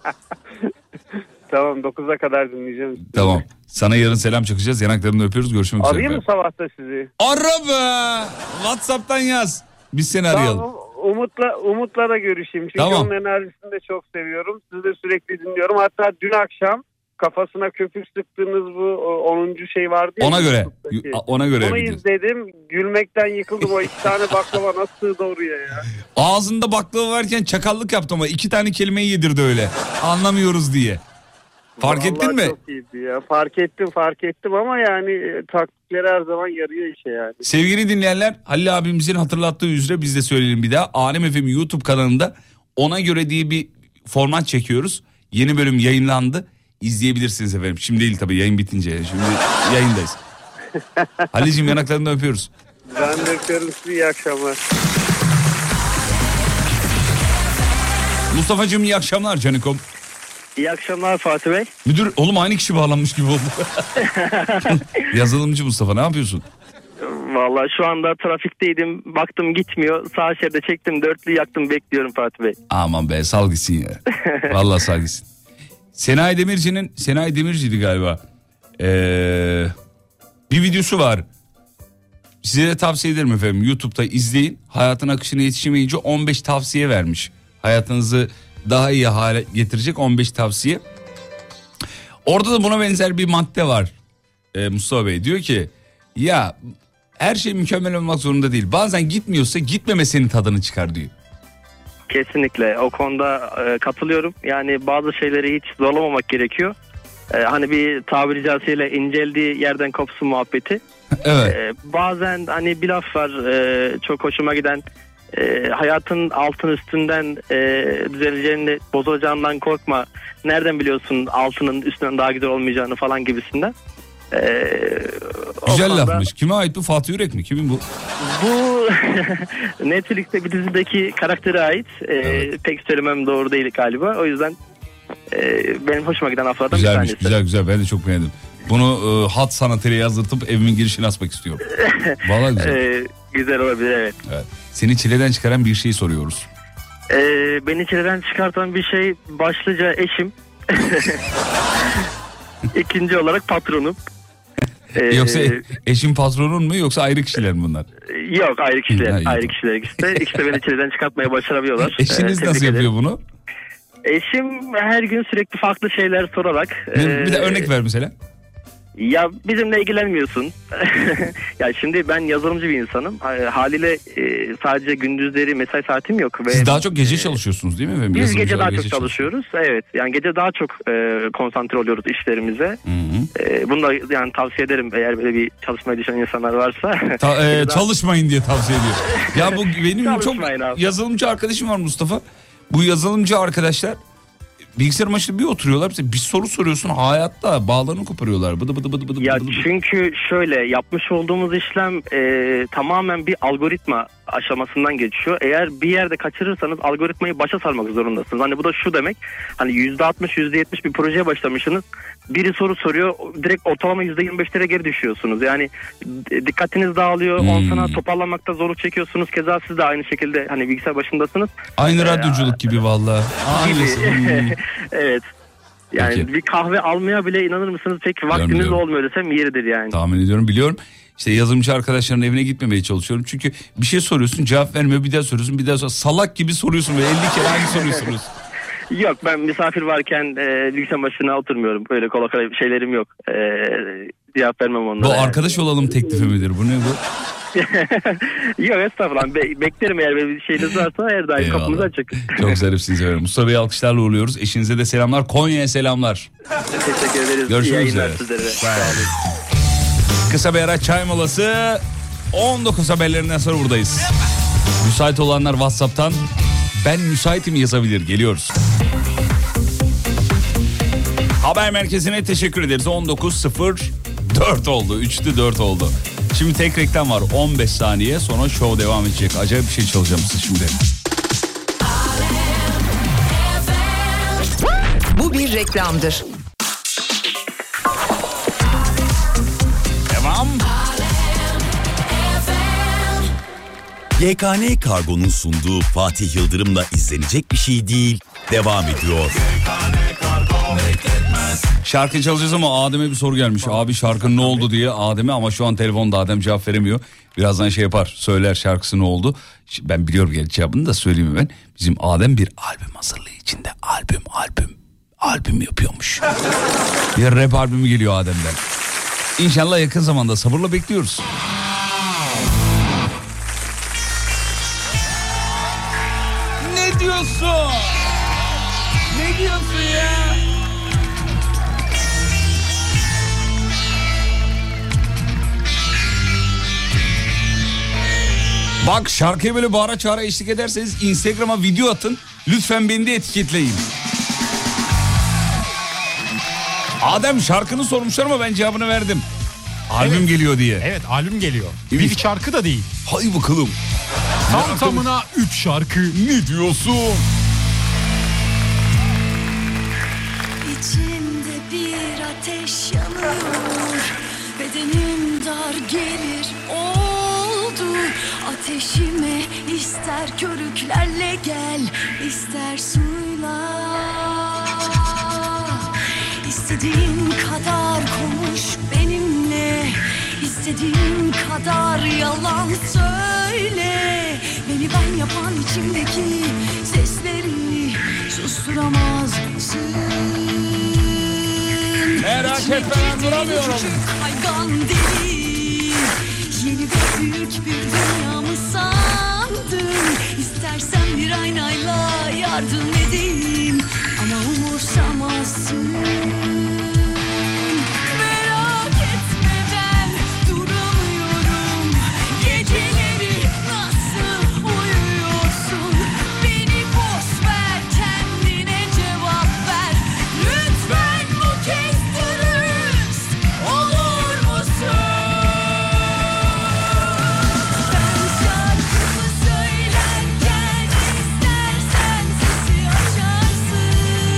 Tamam, 9'a kadar dinleyeceğim. Tamam. Sana yarın selam çakacağız. Yanaklarını öpüyoruz. Görüşmek üzere. Arayayım mı sabahta sizi? Ara be! WhatsApp'tan yaz. Biz seni arayalım. Tamam, Umut'la da görüşeyim. Çünkü tamam. Onun enerjisini de çok seviyorum. Sizi de sürekli dinliyorum. Hatta dün akşam kafasına köpük sıktığınız bu 10. şey vardı ya. Ona göre. Onu izledim. Gülmekten yıkıldım. O 2 tane baklava nasıl sığdı oraya ya? Ağzında baklava varken çakallık yaptı ama 2 tane kelimeyi yedirdi öyle. Anlamıyoruz diye. Fark Vallahi ettin mi? Çok iyiydi ya. Fark ettim ama yani taktikleri her zaman yarıyor işe yani. Sevgili dinleyenler, Halil abimizin hatırlattığı üzere biz de söyleyelim bir daha. Alem FM YouTube kanalında Ona Göre diye bir format çekiyoruz. Yeni bölüm yayınlandı. İzleyebilirsiniz efendim. Şimdi değil tabii, yayın bitince. Şimdi yayındayız. Halil'ciğim yanaklarından öpüyoruz. Ben de öpüyorum sizi. İyi akşamlar. Mustafa'cığım iyi akşamlar Canikom. İyi akşamlar Fatih Bey. Müdür oğlum aynı kişi bağlanmış gibi oldu. Yazılımcı Mustafa, ne yapıyorsun? Vallahi şu anda trafikteydim. Baktım gitmiyor. Sağ şeride çektim. 4'lü yaktım. Bekliyorum Fatih Bey. Aman be, sal gitsin ya. Vallahi sal gitsin. Senayi Demirci'ydi galiba. Bir videosu var. Size de tavsiye ederim efendim. YouTube'da izleyin. Hayatın akışına yetişemeyince 15 tavsiye vermiş. Hayatınızı daha iyi hale getirecek 15 tavsiye. Orada da buna benzer bir madde var. Mustafa Bey diyor ki ya her şey mükemmel olmak zorunda değil. Bazen gitmiyorsa gitmemesinin tadını çıkar diyor. Kesinlikle o konuda katılıyorum. Yani bazı şeyleri hiç zorlamamak gerekiyor. Hani bir tabiri caizseyle inceldiği yerden kopsun muhabbeti. Evet. Bazen hani bir laf var çok hoşuma giden. Hayatın altın üstünden düzeleceğini, bozulacağından korkma. Nereden biliyorsun altının üstünden daha güzel olmayacağını falan gibisinden. Güzel lafmış. Kime ait bu? Fatih Yürek mi? Kimin bu? Bu Netflix'te bir dizideki karaktere ait. Evet. Pek söylemem doğru değil galiba. O yüzden benim hoşuma giden laflardan bir tanesi. Güzel. Ben de çok beğendim. Bunu hat sanatıyla yazdırtıp evimin girişine asmak istiyorum. Vallahi güzel. Güzel olabilir, evet. Seni çileden çıkaran bir şey soruyoruz. Beni çileden çıkartan bir şey başlıca eşim. İkinci olarak patronum. Yoksa eşin patronun mu yoksa ayrı kişiler mi bunlar? Yok, ayrı kişiler. Ha, ayrı kişiler ikisi de. İkisi de beni çileden çıkartmayı başarabiliyorlar. Eşiniz nasıl yapıyor bunu? Eşim her gün sürekli farklı şeyler sorarak. Bir de örnek ver mesela. Ya bizimle ilgilenmiyorsun. Ya şimdi ben yazılımcı bir insanım. Haliyle sadece gündüzleri mesai saatim yok. Siz daha çok gece çalışıyorsunuz değil mi efendim? Biz gece daha çok çalışıyoruz. Evet. Yani gece daha çok konsantre oluyoruz işlerimize. Bunu da yani tavsiye ederim eğer böyle bir çalışmayı düşünen insanlar varsa. Çalışmayın diye tavsiye ediyorum. Ya bu benim çok yazılımcı arkadaşım var Mustafa. Bu yazılımcı arkadaşlar bilgisayar başında bir oturuyorlar. Bir soru soruyorsun, hayatta bağlarını koparıyorlar. Bıdı. Ya çünkü şöyle yapmış olduğumuz işlem tamamen bir algoritma aşamasından geçiyor. Eğer bir yerde kaçırırsanız algoritmayı başa sarmak zorundasınız. Hani bu da şu demek. Hani %60 %70 bir projeye başlamışsınız. Biri soru soruyor. Direkt ortalama %25'lere geri düşüyorsunuz. Yani dikkatiniz dağılıyor. Ondan sonra toparlanmakta zorluk çekiyorsunuz. Keza siz de aynı şekilde hani bilgisayar başındasınız. Aynı radyoculuk gibi vallahi. Evet. Yani peki. Bir kahve almaya bile inanır mısınız pek vaktiniz biliyorum. olmuyor desem yeridir yani. Tahmin ediyorum, biliyorum. İşte yazılımcı arkadaşların evine gitmemeye çalışıyorum. Çünkü bir şey soruyorsun, cevap vermiyor, bir daha soruyorsun, bir daha soruyorsun. Salak gibi soruyorsun ve 50 kere aynı soruyu soruyorsun. Yok, ben misafir varken bilgisayar başına oturmuyorum. Böyle kolay şeylerim yok. Cevap vermem onlara. Bu arkadaş olalım teklifi midir? Bu ne bu? Yok estağfurullah. Beklerim eğer böyle bir şeyiniz varsa her daim kapımız açık. Çok zarifsiniz efendim. Mustafa Bey'i alkışlarla uğurluyoruz. Eşinize de selamlar. Konya'ya selamlar. Teşekkür ederiz. Görüşmek üzere. Kısa bir ara, çay molası. 19 haberlerinden sonra buradayız. Müsait olanlar WhatsApp'tan ben müsaitim yazabilir. Geliyoruz. Haber merkezine teşekkür ederiz. 19.04 oldu. 3'te 4 oldu. Şimdi tek reklam var. 15 saniye sonra show devam edecek. Acayip bir şey çalacağım size şimdi. Bu bir reklamdır. Devam. YKN Kargo'nun sunduğu Fatih Yıldırım'la izlenecek bir şey değil devam ediyor. Şarkı çalacağız ama Adem'e bir soru gelmiş. Abi şarkının ne oldu diye Adem'e, ama şu an telefonda Adem cevap veremiyor. Birazdan şey yapar, söyler şarkısı ne oldu. Ben biliyorum gelecek cevabını da söyleyeyim ben. Bizim Adem bir albüm hazırlığı içinde albüm yapıyormuş. Bir rap albümü geliyor Adem'den. İnşallah yakın zamanda, sabırla bekliyoruz. Ne diyorsun? Ne diyorsun ya? Bak, şarkıya böyle bağıra çağıra eşlik ederseniz Instagram'a video atın. Lütfen beni de etiketleyin. Adem şarkını sormuşlar ama ben cevabını verdim. Albüm geliyor diye. Evet, albüm geliyor. Bir şarkı da değil. Hay bakalım. Tam tamına 3 şarkı. Ne diyorsun? İçimde bir ateş yanıyor. Bedenim dar gelir oldu. Ateşime ister körüklerle gel, ister suyla. İstediğin kadar konuş benimle, İstediğin kadar yalan söyle. Beni ben yapan içimdeki sesleri susturamazsın. Merak etme, ben duramıyorum. Küçük hayvan değil, yeni ve büyük bir dünya mı sandın? İstersen bir aynayla yardım edeyim ama umursamazsın. Merak etme, ben duramıyorum. Geceleri nasıl uyuyorsun? Beni boş ver, kendine cevap ver. Lütfen bu kez dürüst olur musun? Ben şarkımı söylerken istersen sesi açarsın.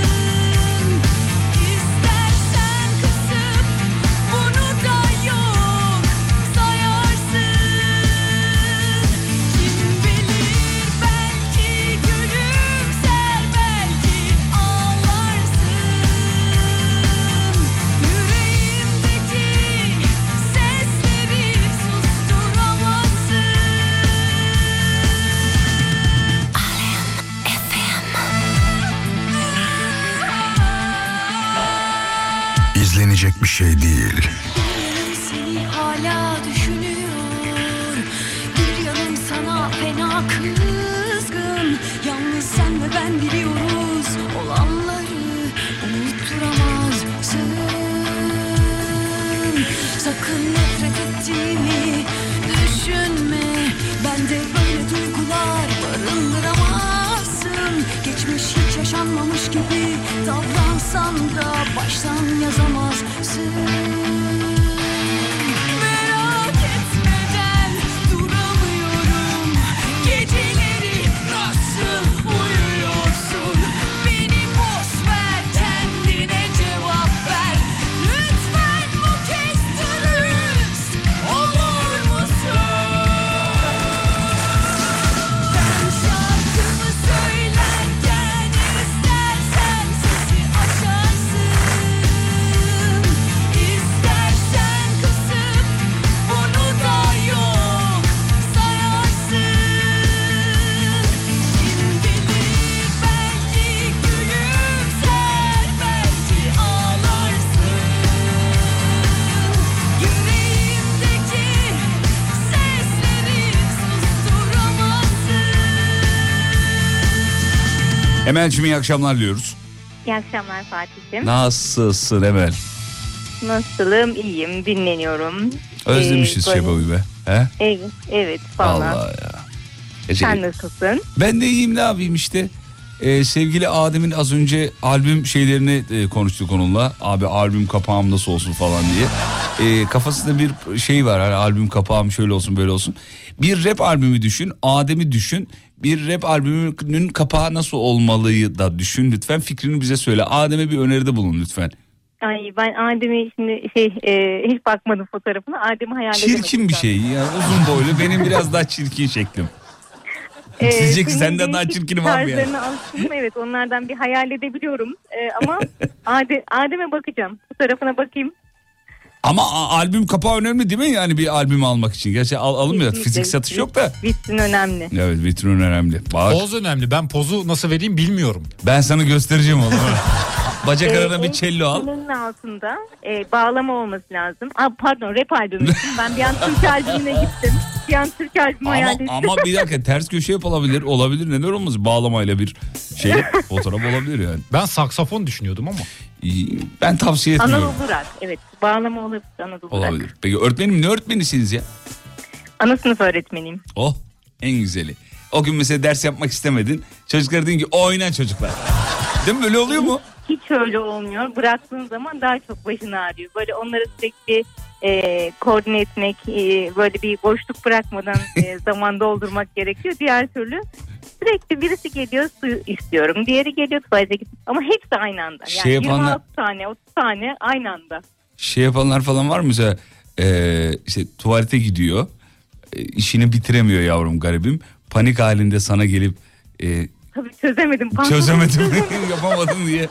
İstersen kısıp bunu da yok sayarsın. Kim bilir, belki gülümser, belki ağlarsın. Yüreğimdeki sesleri susturamazsın. İzlenecek bir şey değil. Seni hala düşünüyor. Bir yanım sana fena kızgın. Yalnız sen ve ben biliyoruz olanları unutturamazsın. Sakın nefret ettiğimi düşünme. Bende böyle duygular barındıramazsın. Geçmiş hiç yaşanmamış gibi davransan da baştan yazamazsın. Merak etme, ben duramıyorum. Emel'cim iyi akşamlar diliyoruz. İyi akşamlar Fatih'im. Nasılsın Emel? Nasılım? İyiyim. Dinleniyorum. Özlemişiz Şebo'yu be. He? Evet falan. Vallahi ya. Sen nasılsın? Ben de iyiyim, ne yapayım işte. Sevgili Adem'in az önce albüm şeylerini konuştuk onunla. Abi albüm kapağım nasıl olsun falan diye. Kafasında bir şey var. Hani albüm kapağım şöyle olsun böyle olsun. Bir rap albümü düşün. Adem'i düşün. Bir rap albümünün kapağı nasıl olmalıyı da düşün lütfen. Fikrini bize söyle. Adem'e bir öneride bulun lütfen. Ay ben Adem'i şimdi hiç bakmadım fotoğrafına. Adem'i hayal edemedim. Çirkin bir şey ya. Uzun boylu. Benim biraz daha çirkin şeklim. Sizce senden daha çirkini var mı yani? Tarzlarına alıştım, evet, onlardan bir hayal edebiliyorum. Ama Adem'e bakacağım. Fotoğrafına bakayım. Ama albüm kapağı önemli değil mi? Yani bir albüm almak için. Gerçi alınmıyor. Fizik satış yok da. Vitrin önemli. Evet, vitrin önemli. Bak. Poz önemli. Ben pozu nasıl vereyim bilmiyorum. Ben sana göstereceğim onu. Bacak arana bir cello al. Bunun altında bağlama olması lazım. Pardon, rap albümü. Ben bir an Türk albümüne gittim. Bir an Türk albümü hayal ettim. Ama bir dakika, ters köşe yapılabilir. Olabilir, neden olmaz? Bağlamayla bir fotoğraf olabilir yani. Ben saksafon düşünüyordum ama. Ben tavsiye etmiyorum. Anadolu Rock, evet. Bağlama olabilir, Anadolu Rock. Olabilir. Peki öğretmenim, ne öğretmenisiniz ya? Ana sınıf öğretmeniyim. Oh, en güzeli. O gün mesela ders yapmak istemedin. Çocuklar dedin ki oyna çocuklar. Değil mi, böyle oluyor mu? Hiç öyle olmuyor. Bıraktığın zaman daha çok başın ağrıyor. Böyle onları sürekli koordine etmek, böyle bir boşluk bırakmadan zaman doldurmak gerekiyor. Diğer türlü sürekli birisi geliyor, su istiyorum. Diğeri geliyor, tuvalete gidiyor. Ama hepsi aynı anda. Yani 26 tane, 30 tane aynı anda. Şey yapanlar falan var mı mesela? İşte tuvalete gidiyor. İşini bitiremiyor yavrum, garibim. Panik halinde sana gelip... Tabii çözemedim. Yapamadım diye.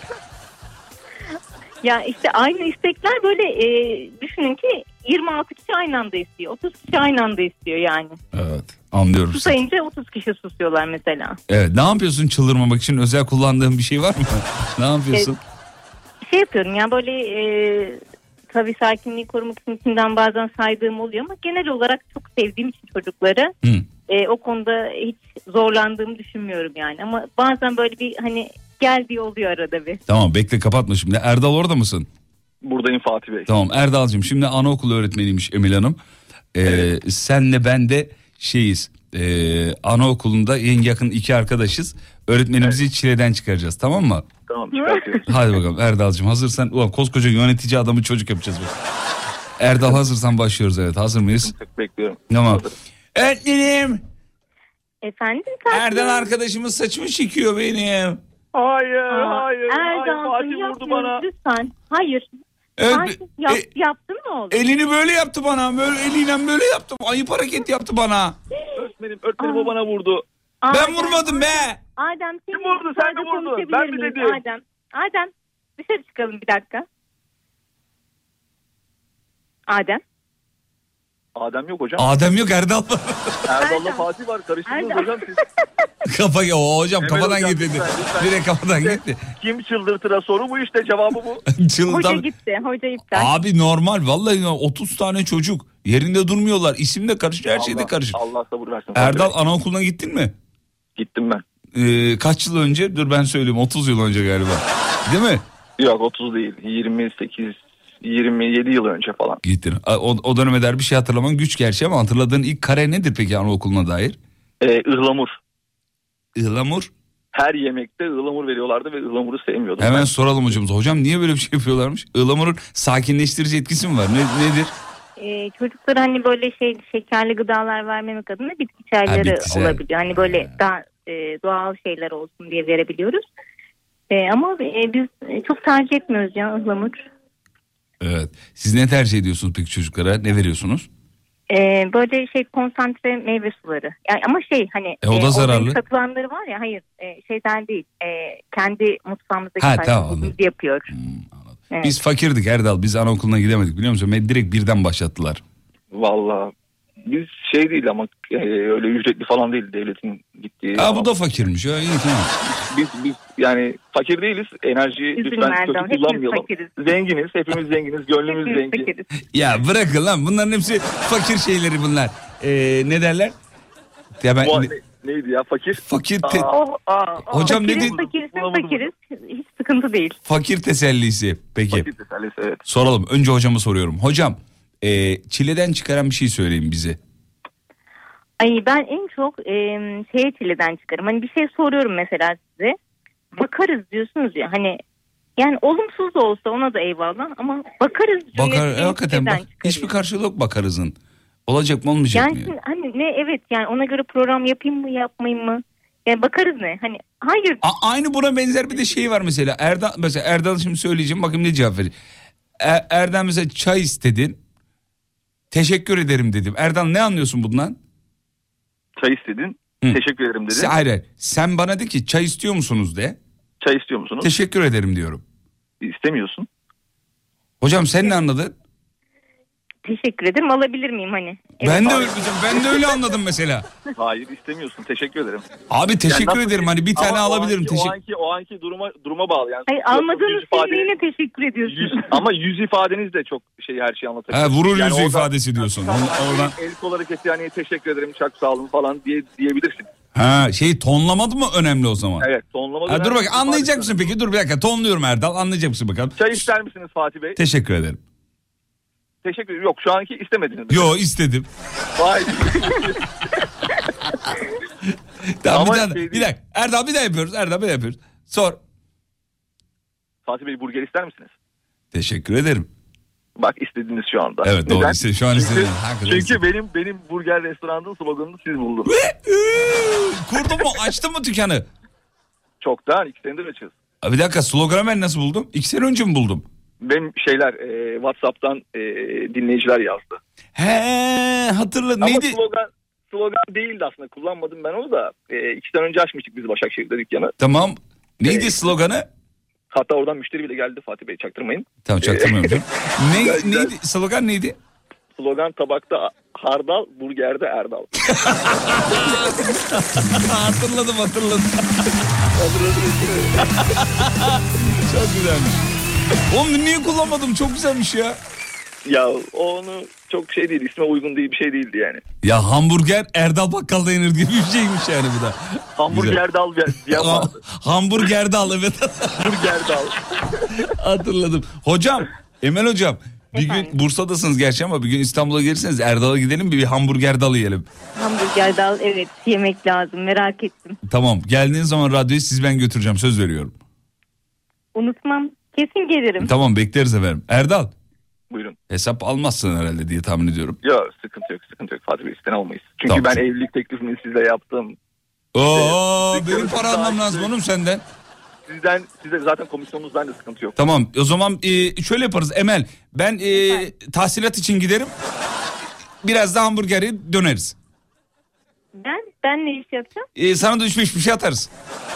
Ya işte aynı istekler böyle düşünün ki 26 kişi aynı anda istiyor. 30 kişi aynı anda istiyor yani. Evet, anlıyorum. Susayınca 30 kişi susuyorlar mesela. Evet, ne yapıyorsun çıldırmamak için? Özel kullandığın bir şey var mı? Ne yapıyorsun? Şey yapıyorum ya böyle tabii sakinliği korumak için içinden bazen saydığım oluyor ama genel olarak çok sevdiğim için çocukları o konuda hiç zorlandığımı düşünmüyorum yani. Ama bazen böyle bir hani geldiği oluyor arada bir. Tamam, bekle, kapatma şimdi. Erdal orada mısın? Buradayım Fatih Bey. Tamam Erdal'cığım, şimdi anaokulu öğretmeniymiş Emel Hanım. Evet. Senle ben de anaokulunda en yakın iki arkadaşız. Öğretmenimizi çileden çıkaracağız, tamam mı? Tamam, çıkartıyoruz. Hadi bakalım Erdal'cığım, hazırsan. Ulan koskoca yönetici adamı çocuk yapacağız. Erdal hazırsan başlıyoruz, evet. Hazır mıyız? Bekliyorum. Tamam. Öğretmenim. Efendim? Erdal arkadaşımız saçımı çekiyor benim. Hayır. Erdal, Fatih vurdu bana. Lütfen. Hayır. Yaptın mı oğlum? Elini böyle yaptı bana. Böyle eliyle böyle yaptı. Ayıp hareket yaptı bana. Öğretmenim o bana vurdu. Ben vurmadım be. Adem, kim vurdu? Sen de vurdun. Ben mi dedim? Adem dışarı çıkalım bir dakika. Adem yok hocam. Adem yok, Erdal var. Erdal'la Fatih var. Karıştırdınız hocam siz. Hocam evet, kafadan hocam, gitti. Lütfen. Direkt kafadan gitti. Kim çıldırtıra soru bu işte, cevabı bu. Hoca gitti. Hoca iptal. Abi normal vallahi 30 tane çocuk yerinde durmuyorlar. İsim de karışır, her şey de karışır. Allah sabır versin. Erdal, anaokuluna gittin mi? Gittim ben. Kaç yıl önce? Dur ben söyleyeyim, 30 yıl önce galiba. Değil mi? Yok 30 değil. 27 yıl önce falan. Gittin. O döneme der bir şey hatırlaman güç gerçi ama hatırladığın ilk kare nedir peki anaokuluna dair? Ihlamur. Ihlamur? Her yemekte ıhlamur veriyorlardı ve ıhlamuru sevmiyordum. Hemen soralım hocamıza. Hocam niye böyle bir şey yapıyorlarmış? Ihlamurun sakinleştirici etkisi mi var? Nedir? Çocuklara hani böyle şekerli gıdalar vermemek adına bitki çayları olabiliyor. Hani böyle daha doğal şeyler olsun diye verebiliyoruz. Ama biz çok tercih etmiyoruz ya ıhlamur. Evet. Siz ne tercih ediyorsunuz peki çocuklara? Ne veriyorsunuz? Böyle konsantre meyve suları. Yani ama hani o da zararlı. Satılanları var ya, hayır şeyden değil. Kendi mutfağımızdaki tamam, yapıyor. Evet. Biz fakirdik Erdal. Biz anaokuluna gidemedik biliyor musun? Direkt birden başlattılar. Vallahi biz değil ama öyle ücretli falan değil devletin gittiği. Bu da fakirmiş. Ya, iyi tamam. Biz yani fakir değiliz. Enerji lütfen kötü kullanmayalım. Zenginiz. Hepimiz zenginiz. Gönlümüz zengin. Fakiriz. Ya bırakın lan. Bunların hepsi fakir şeyleri bunlar. Ne derler? Ya Neydi ya, fakir? Hocam ne dedi? Fakiriz. Hiç sıkıntı değil. Fakir tesellisi. Peki. Fakir tesellisi, evet. Soralım. Önce hocama soruyorum. Hocam çileden çıkaran bir şey söyleyin bize. Ay ben en çok çileden çıkarım. Hani bir şey soruyorum mesela size. Bakarız diyorsunuz ya hani. Yani olumsuz da olsa ona da eyvallah ama bakarız. Hakikaten hiçbir karşılığı yok bakarızın. Olacak mı olmayacak yani mı? Hani ne, evet yani ona göre program yapayım mı yapmayayım mı? Yani bakarız ne? Hani hayır. Aynı buna benzer bir de şey var mesela. Erdal şimdi söyleyeceğim, bakayım ne cevap verecek. Erdal mesela çay istedin. Teşekkür ederim dedim. Erdal ne anlıyorsun bundan? Çay istedin. Teşekkür ederim dedin. Hayır. Sen bana de ki çay istiyor musunuz de. Çay istiyor musunuz? Teşekkür ederim diyorum. İstemiyorsun. Hocam sen ne anladın? Teşekkür ederim, alabilir miyim hani? Evet. Ben de öyle anladım mesela. Hayır, istemiyorsun. Teşekkür ederim. Abi teşekkür ederim. Hani bir tane alabilirim. O anki duruma bağlı yani. Hayır, almadığınız şeyine teşekkür ediyorsunuz. Ama yüz ifadeniz de çok her şeyi anlatabilir. Vurur yani yüz ifadesi diyorsun. Oradan el kol hareketi yani teşekkür ederim, çok sağ olun falan diyebilirsin. Tonlamadı mı önemli o zaman? Evet, tonlamadı. Dur bakayım, anlayacak mısın peki? Dur bir dakika, tonluyorum Erdal, anlayacak mısın bakalım? Çay ister misiniz Fatih Bey? Teşekkür ederim. Teşekkür ederim. Yok, şu anki istemediniz. Yo, istedim. Vay. Tamam, bir dakika. Erdal bir daha yapıyoruz. Sor. Fatih Bey, burger ister misiniz? Teşekkür ederim. Bak, istediniz şu anda. Evet, doğru. Şu an istedim. Çünkü benim burger restoranının sloganını siz buldunuz. Kurdun mu? Açtın mı dükkanı? Çoktan, 2 senedir açıyoruz. Bir dakika, sloganı ben nasıl buldum? 2 sene önce mi buldum? Benim WhatsApp'tan dinleyiciler yazdı. Hatırladım. Ama neydi? Slogan değildi aslında, kullanmadım ben onu da. 2 sene önce açmıştık biz Başakşehir'de dükkanı. Tamam. Neydi sloganı? Hatta oradan müşteri bile geldi, Fatih Bey, çaktırmayın. Tamam, çaktırmıyorum. Neydi? Slogan neydi? Slogan tabakta hardal, burgerde Erdal. Hatırladım. Çok güzelmiş. Oğlum niye kullanmadım? Çok güzelmiş ya. Ya onu çok değil, isme uygun değil, bir şey değildi yani. Ya hamburger Erdal Bakkal'da yenir gibi bir şeymiş yani bu da. Hamburgerdal diye vardı. Hamburgerdal, evet. Hamburgerdal. Hatırladım. Hocam, Emel hocam. Bir gün Bursa'dasınız gerçi ama bir gün İstanbul'a gelirseniz Erdal'a gidelim, bir hamburgerdal yiyelim. Hamburgerdal, evet, yemek lazım, merak ettim. Tamam, geldiğiniz zaman radyoyu ben götüreceğim, söz veriyorum. Unutmam, kesin gelirim. Tamam, bekleriz efendim. Erdal. Buyurun. Hesap almazsın herhalde diye tahmin ediyorum. Yok, sıkıntı yok Fatih Bey, sizden almayız. Çünkü ben evlilik teklifini size yaptım. Benim para almam lazım oğlum senden. Size zaten komisyonunuzdan da sıkıntı yok. Tamam, o zaman şöyle yaparız Emel. Ben tahsilat için giderim. Biraz da hamburgeri döneriz. Ben ne iş yapacağım? Sana da 3-5 bir şey atarız.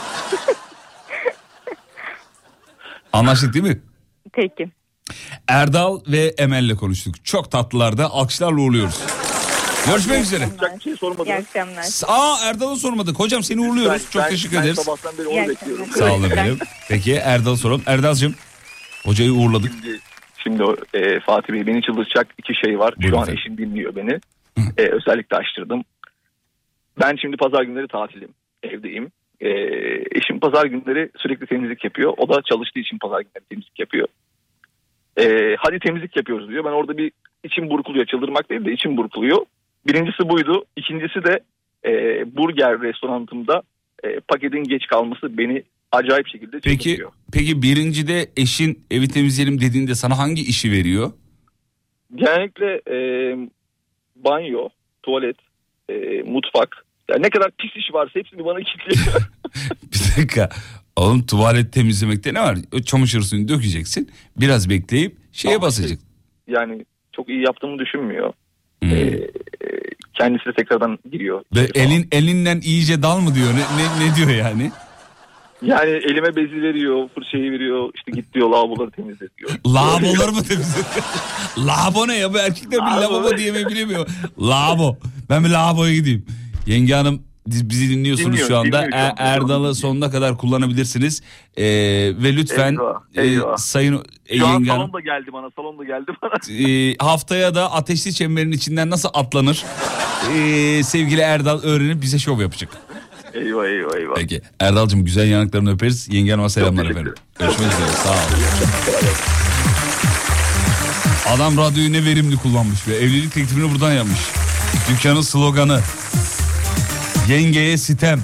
Anlaştık değil mi? Peki. Erdal ve Emel'le konuştuk. Çok tatlılarda, alkışlarla uğurluyoruz. Görüşmek üzere. Bir şey sormadınız. İyi akşamlar. Erdal'ı sormadık. Hocam seni uğurluyoruz. Çok teşekkür ederiz. Ben sabahtan beri onu bekliyorum. Sağ olun efendim. Peki Erdal'ı soralım. Erdal'cığım, hocayı uğurladık. Şimdi Fatih Bey, beni çıldırtacak 2 şey var. Buyurun Şu an efendim. eşim dinliyor beni. Özellikle açtırdım. Ben şimdi pazar günleri tatilim. Evdeyim. Eşim pazar günleri sürekli temizlik yapıyor. O da çalıştığı için pazar günleri temizlik yapıyor. Hadi temizlik yapıyoruz diyor. Ben orada bir içim burkuluyor. Çıldırmak değil de içim burkuluyor. Birincisi buydu. İkincisi de burger restoranımda paketin geç kalması beni acayip şekilde çıldırtıyor. Peki birincide eşin evi temizleyelim dediğinde sana hangi işi veriyor? Genellikle banyo, tuvalet, mutfak. Yani ne kadar pis iş varsa hepsini bana kilitliyor. Bir dakika. Oğlum, tuvalet temizlemekte ne var? O çamaşır suyunu dökeceksin. Biraz bekleyip basacak. Yani çok iyi yaptığımı düşünmüyor. Kendisi de tekrardan giriyor. Ve elinden iyice dal mı diyor? Ne diyor yani? Yani elime bezi veriyor, fırçayı veriyor, işte git diyor lavaboları temizle diyor. Lavaboları mı temizle? Lavabo ne ya? Bu erkekler bir lavabo diyemeyi bilemiyor. Lavabo. Ben bir lavaboya gideyim. Yenge Hanım, bizi dinliyorsunuz şu anda. Erdal'ı sonuna kadar kullanabilirsiniz. Ve lütfen sayın şu an Yenge Hanım. Salon da geldi bana. Haftaya da ateşli çemberin içinden nasıl atlanır? Sevgili Erdal öğrenip bize şov yapacak. Eyvah. Peki Erdal'cığım güzel yanaklarını öperiz. Yenge Hanım'a selamlar efendim. Görüşmek üzere, sağ ol. Adam radyoyu ne verimli kullanmış be. Evlilik teklifini buradan yapmış. Dükkanın sloganı. Yengeye sitem.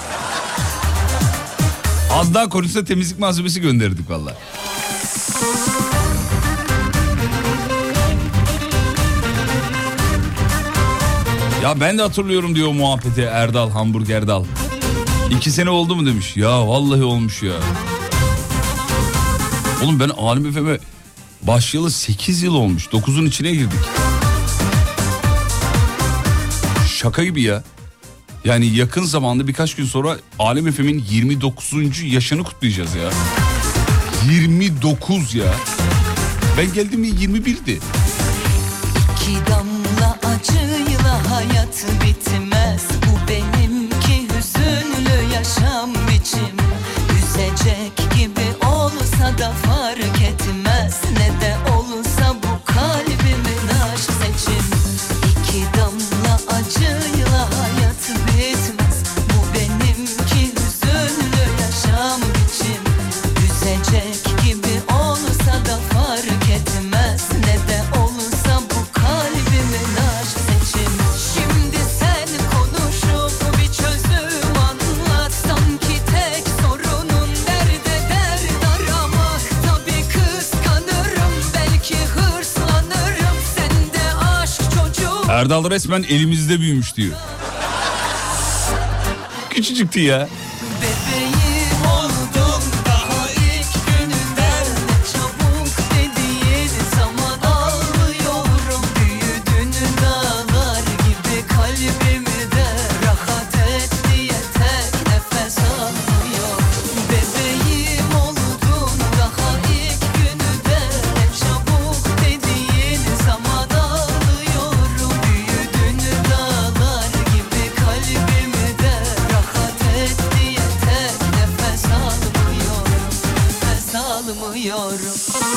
Az daha konuşsa temizlik malzemesi gönderirdik vallahi. Ya ben de hatırlıyorum diyor muhabbeti Erdal, Hamburgerdal. 2 sene oldu mu demiş. Ya vallahi olmuş ya. Oğlum ben Alem FM'e başlayalı 8 yıl olmuş. 9'un içine girdik. Şaka gibi ya. Yani yakın zamanda birkaç gün sonra Alem FM'in 29. yaşını kutlayacağız ya. 29 ya. Ben geldiğimde 21'di. 2 damla acıyla hayat bitmez. Bu benimki hüzünlü yaşam biçim. Üzecek gibi olsa da fark etmez. Ne de olsa bu kalbimin aşk seçim. 2 damla acıyla hayat bitmez. Bu benimki hüzünlü yaşam biçim. Üzecek gibi olsa da fark etmez. Ne de olsa bu kalbimin aşk seçim. Şimdi sen konuşup bir çözüm anlat. Sanki tek sorunun derde dert aramak. Tabii kıskanırım, belki hırslanırım. Sende aşk çocuğu. Erdal resmen elimizde büyümüş diyor. Küçücüktü ya. Bebeğim oldum daha ilk gününden. Ne çabuk dediğin zaman ağlıyorum. Büyüdün dağlar gibi kalbimde. Rahat et diye tek nefes almıyorum. Bebeğim oldum daha ilk gününden. Ne çabuk dediğin zaman ağlıyorum. Büyüdün dağlar gibi kalbimde. Rahat et diye tek nefes almıyorum. Nefes almıyorum.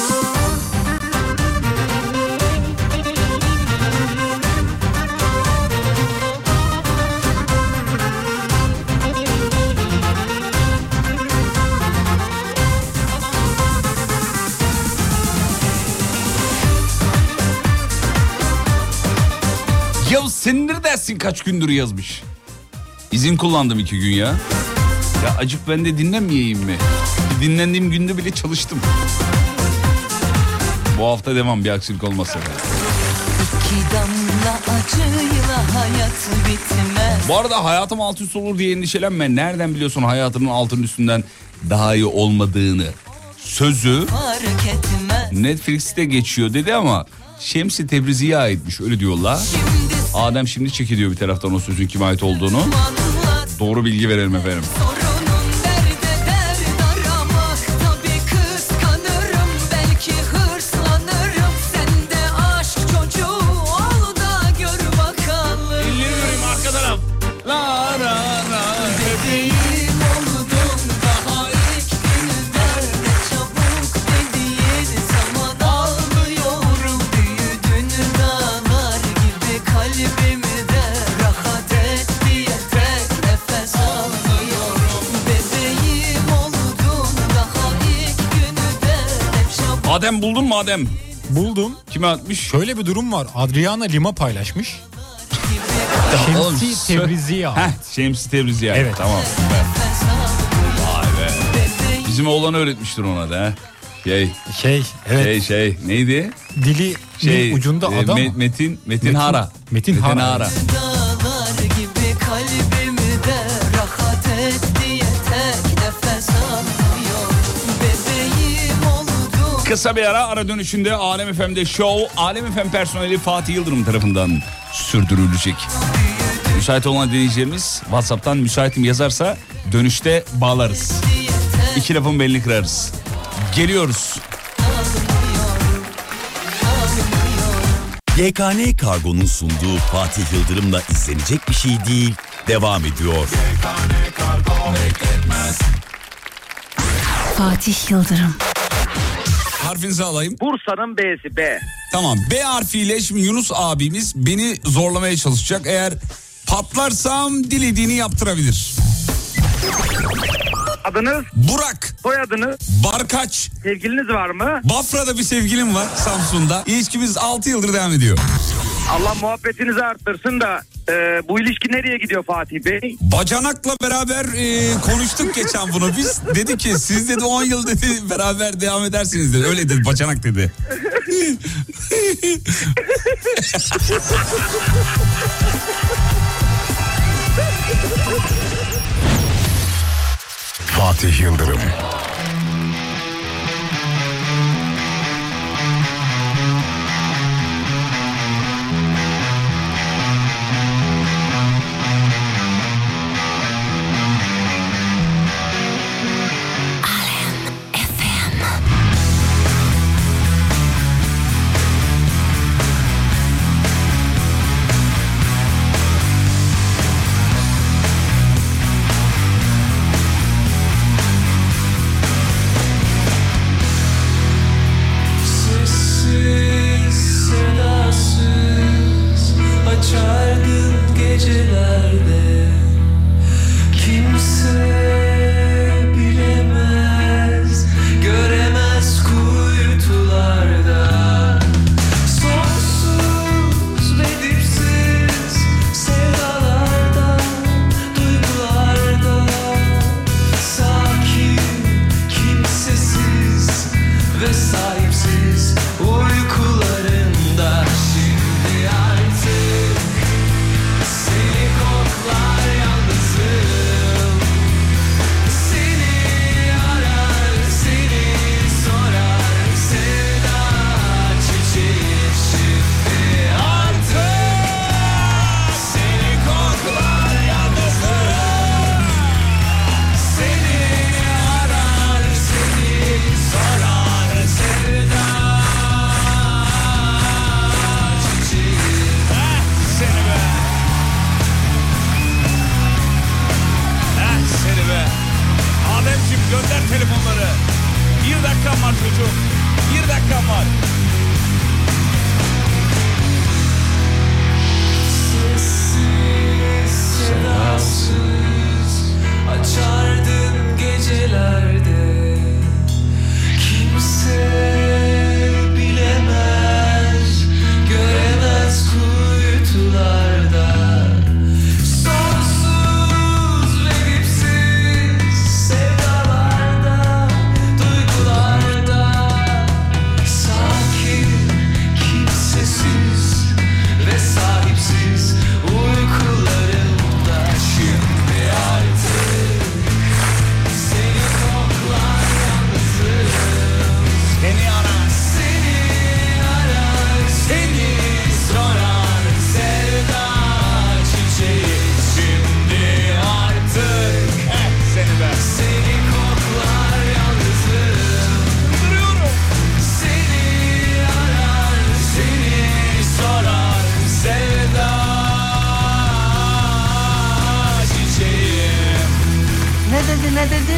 Ya sen neredesin kaç gündür yazmış. İzin kullandım 2 gün ya. Ya acık ben de dinlenmeyeyim mi? Dinlendiğim günde bile çalıştım. Bu hafta devam, bir aksilik olmazsa. 2 damla acıyla hayat bitmez. Bu arada hayatım alt üst olur diye endişelenme. Nereden biliyorsun hayatının altının üstünden daha iyi olmadığını? Sözü Fark etmez. Netflix'te geçiyor dedi ama Şems-i Tebrizi'ye aitmiş, öyle diyorlar. Adem şimdi çekiliyor bir taraftan o sözün kime ait olduğunu. Doğru bilgi verelim efendim. Sorunun derde dert aramak. Tabii kıskanırım, belki hırslanırım. Sende aşk çocuğu ol da gör bakalım. Dinliyorum arka taraf. La la la. Bebeğim oldum daha ilk gününden. Ne çabuk dediğin zaman ağlıyorum. Büyüdün dağlar gibi kalbimde. Rahat et diye tek nefes almıyorum. Bebeğim oldum daha ilk gününden. Ne çabuk. Adem buldun mu Adem? Buldum. Kime atmış? Şöyle bir durum var. Adriana Lima paylaşmış. Oğlum, Şemsi Tebrizi'ye ait. Şems-i Tebrizi'ye ait. Evet. Tamam. Vay be. Bizim oğlan öğretmiştir ona da. Evet. Neydi? Dili ucunda adam. Metin Hara. Metin Hara. Dağlar gibi kalbimde. Rahat et diye tek nefes almıyorum. Bebeğim oldum. Kısa bir ara dönüşünde Alem FM'de show Alem FM personeli Fatih Yıldırım tarafından sürdürülecek. Müsait olan dinleyicilerimiz WhatsApp'tan müsaitim yazarsa dönüşte bağlarız. 2 lafın belini kırarız. Geliyoruz. YKN Kargo'nun sunduğu Fatih Yıldırım'la izlenecek bir şey değil devam ediyor. Fatih Yıldırım. Harfinizi alayım. Bursa'nın B'si B. Tamam, B harfiyle şimdi Yunus abimiz beni zorlamaya çalışacak. Eğer patlarsam dilediğini yaptırabilir. Adınız? Burak. Soyadınız? Barkaç. Sevgiliniz var mı? Bafra'da bir sevgilim var, Samsun'da. İlişkimiz 6 yıldır devam ediyor. Allah muhabbetinizi arttırsın da bu ilişki nereye gidiyor Fatih Bey? Bacanak'la beraber konuştuk geçen bunu biz. Dedi ki siz dedi 10 yıl dedi beraber devam edersiniz dedi. Öyle dedi, Bacanak dedi. Fatih Yıldırım. Ne dedi?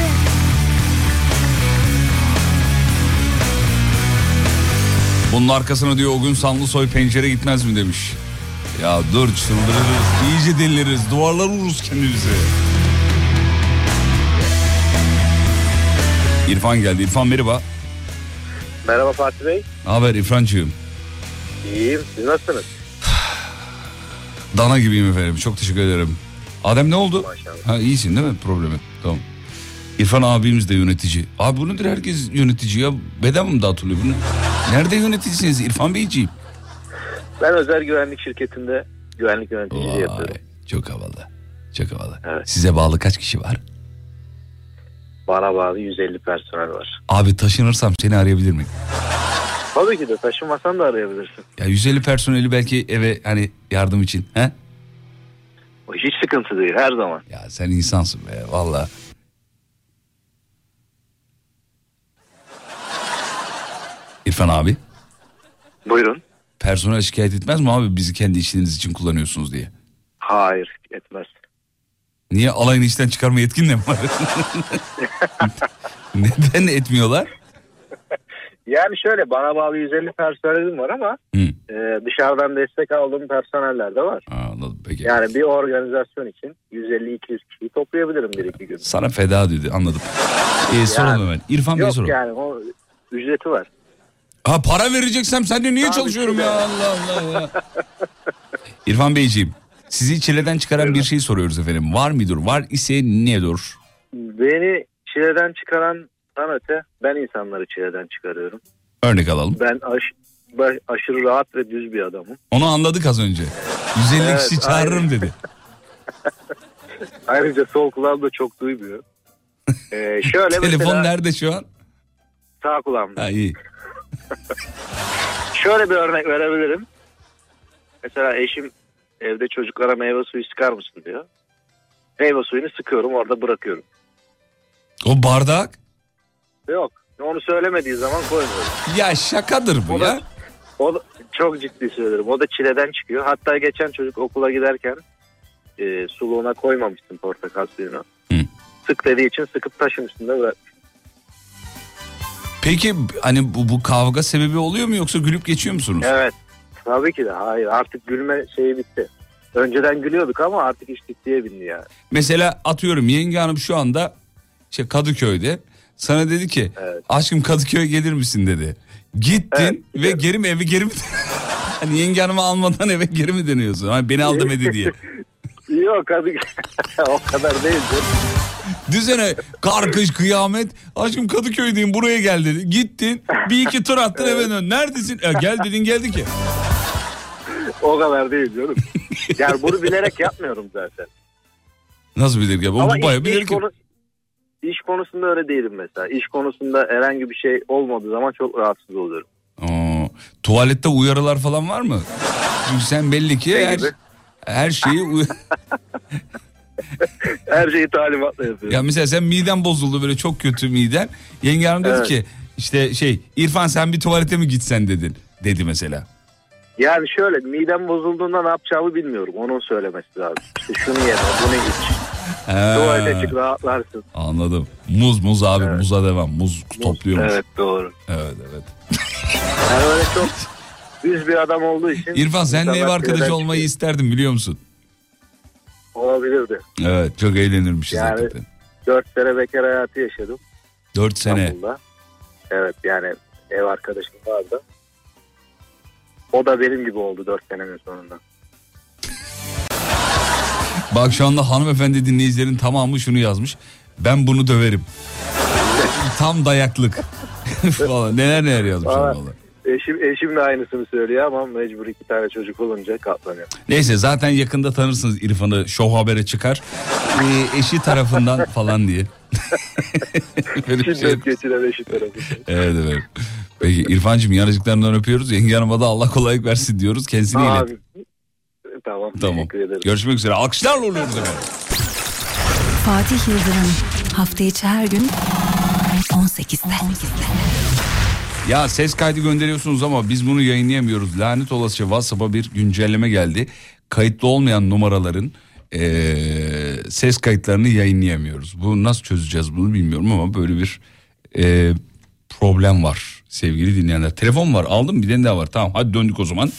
Bunun arkasına diyor o gün Sanlısoy pencere gitmez mi demiş. Ya dur çıldırırız, iyice deliririz, duvarlar vururuz kendimizi. İrfan geldi. İrfan merhaba. Merhaba Fatih Bey. Ne haber İrfancığım? İyiyim, siz nasılsınız? Dana gibiyim efendim, çok teşekkür ederim. Adem ne oldu? Maşallah. Ha, iyisin değil mi? Problemi. Tamam. İrfan abimiz de yönetici. Abi bu nedir, herkes yönetici ya? Bedava mı dağıtılıyor bunu? Nerede yöneticisiniz İrfan Beyciğim? Ben özel güvenlik şirketinde güvenlik yöneticiliği yapıyorum. Çok havalı. Çok havalı. Evet. Size bağlı kaç kişi var? Bana bağlı 150 personel var. Abi taşınırsam seni arayabilir miyim? Tabii ki de, taşınmasan da arayabilirsin. Ya 150 personeli belki eve hani yardım için. He? O hiç sıkıntı değil, her zaman. Ya sen insansın be valla. İrfan abi. Buyurun. Personel şikayet etmez mi abi bizi kendi işleriniz için kullanıyorsunuz diye? Hayır, etmez. Niye, alayını işten çıkarma yetkin de mi var? Neden etmiyorlar? Yani şöyle, bana bağlı 150 personelim var ama dışarıdan destek aldığım personeller de var. Anladım peki. Yani bir organizasyon için 150-200 kişiyi toplayabilirim 1-2 gün. Sana feda dedi, anladım. Soralım hemen. İrfan Bey soralım. Yok yani o ücreti var. Ha, para vereceksem sen de niye çalışıyorum ya, Allah Allah ya. İrfan Beyciğim, sizi çileden çıkaran bir şey soruyoruz efendim. Var mıdır? Var ise nedir? Beni çileden çıkarandan öte ben insanları çileden çıkarıyorum. Örnek alalım. Ben aşırı rahat ve düz bir adamım. Onu anladık az önce. 150 kişi çağırırım dedi. Ayrıca sol kulağım da çok duymuyor. Şöyle Telefon mesela, nerede şu an? Sağ kulağımda. Ha, iyi. Şöyle bir örnek verebilirim. Mesela eşim evde çocuklara meyve suyu sıkar mısın diyor. Meyve suyunu sıkıyorum, orada bırakıyorum. O bardak? Yok. Onu söylemediği zaman koymuyorum. Ya şakadır bu ya. O da, çok ciddi söylerim. O da çileden çıkıyor. Hatta geçen çocuk okula giderken suluğuna koymamıştım portakal suyunu. Sık dediği için sıkıp taşın üstünde bırakmış. Peki hani bu kavga sebebi oluyor mu, yoksa gülüp geçiyor musunuz? Evet. Tabii ki de. Hayır, artık gülme şeyi bitti. Önceden gülüyorduk ama artık iş ciddiye bindi yani. Mesela atıyorum, yenge hanım şu anda Kadıköy'de. Sana dedi ki aşkım Kadıköy'e gelir misin dedi. Gittin ve geri mi hani yenge hanımı almadan eve geri mi dönüyorsun? Hani beni al demedi diye. Yok o kadar değil. Düzene kar kış kıyamet. Aşkım Kadıköy'deyim, buraya gel dedi. Gittin bir iki tur attın eve dön. Neredesin? Gel dedin, geldi ki. O kadar değil canım. Yani bunu bilerek yapmıyorum zaten. Nasıl bilerek yapıyorum? Ama Bu bayağı bilerek. İş konusunda öyle değilim mesela. İş konusunda herhangi bir şey olmadığı zaman çok rahatsız oluyorum. Tuvalette uyarılar falan var mı? Çünkü sen belli ki her şeyi her şeyi talimatla yapıyorum. Ya mesela sen miden bozuldu, böyle çok kötü miden. Yenge hanım dedi ki işte İrfan sen bir tuvalete mi gitsen dedi mesela. Yani şöyle, midem bozulduğunda ne yapacağımı bilmiyorum. Onun söylemesi lazım. İşte şunu yeme, bunu iç. Tuvalete çık, rahatlarsın. Anladım. Muz abi, muza devam. Muz topluyormuş. Evet, doğru. Evet. Yani öyle çok düz bir adam olduğu için. İrfan seninle ev arkadaşı olmayı isterdim, biliyor musun? Olabilirdi. Evet, çok eğlenirmişiz yani, hakikaten. 4 sene bekar hayatı yaşadım. 4 sene. İstanbul'da. Evet, yani ev arkadaşım vardı. O da benim gibi oldu 4 senenin sonunda. Bak şu anda hanımefendi dinleyicilerin tamamı şunu yazmış. Ben bunu döverim. Tam dayaklık. Falan. Neler yazmışlar valla. Eşim de aynısını söylüyor ama mecbur 2 tane çocuk olunca katlanıyor. Neyse, zaten yakında tanırsınız İrfan'ı, Show Haber'e çıkar. Eşi tarafından falan diye. Şiddet geçiren eşi tarafından. Evet. Peki İrfan'cığım, yanıcıklarından öpüyoruz. Yenge hanıma da Allah kolaylık versin diyoruz. Kendisini ilet. Tamam. Teşekkür ederim. Görüşmek üzere. Alkışlarla oluyoruz efendim. Fatih Yıldırım hafta içi her gün 18'de. Ya ses kaydı gönderiyorsunuz ama biz bunu yayınlayamıyoruz. Lanet olası WhatsApp'a bir güncelleme geldi. Kayıtlı olmayan numaraların ses kayıtlarını yayınlayamıyoruz. Bu nasıl çözeceğiz bunu bilmiyorum ama böyle bir problem var sevgili dinleyenler. Telefon var, aldım, bir tane daha var. Tamam, hadi döndük o zaman.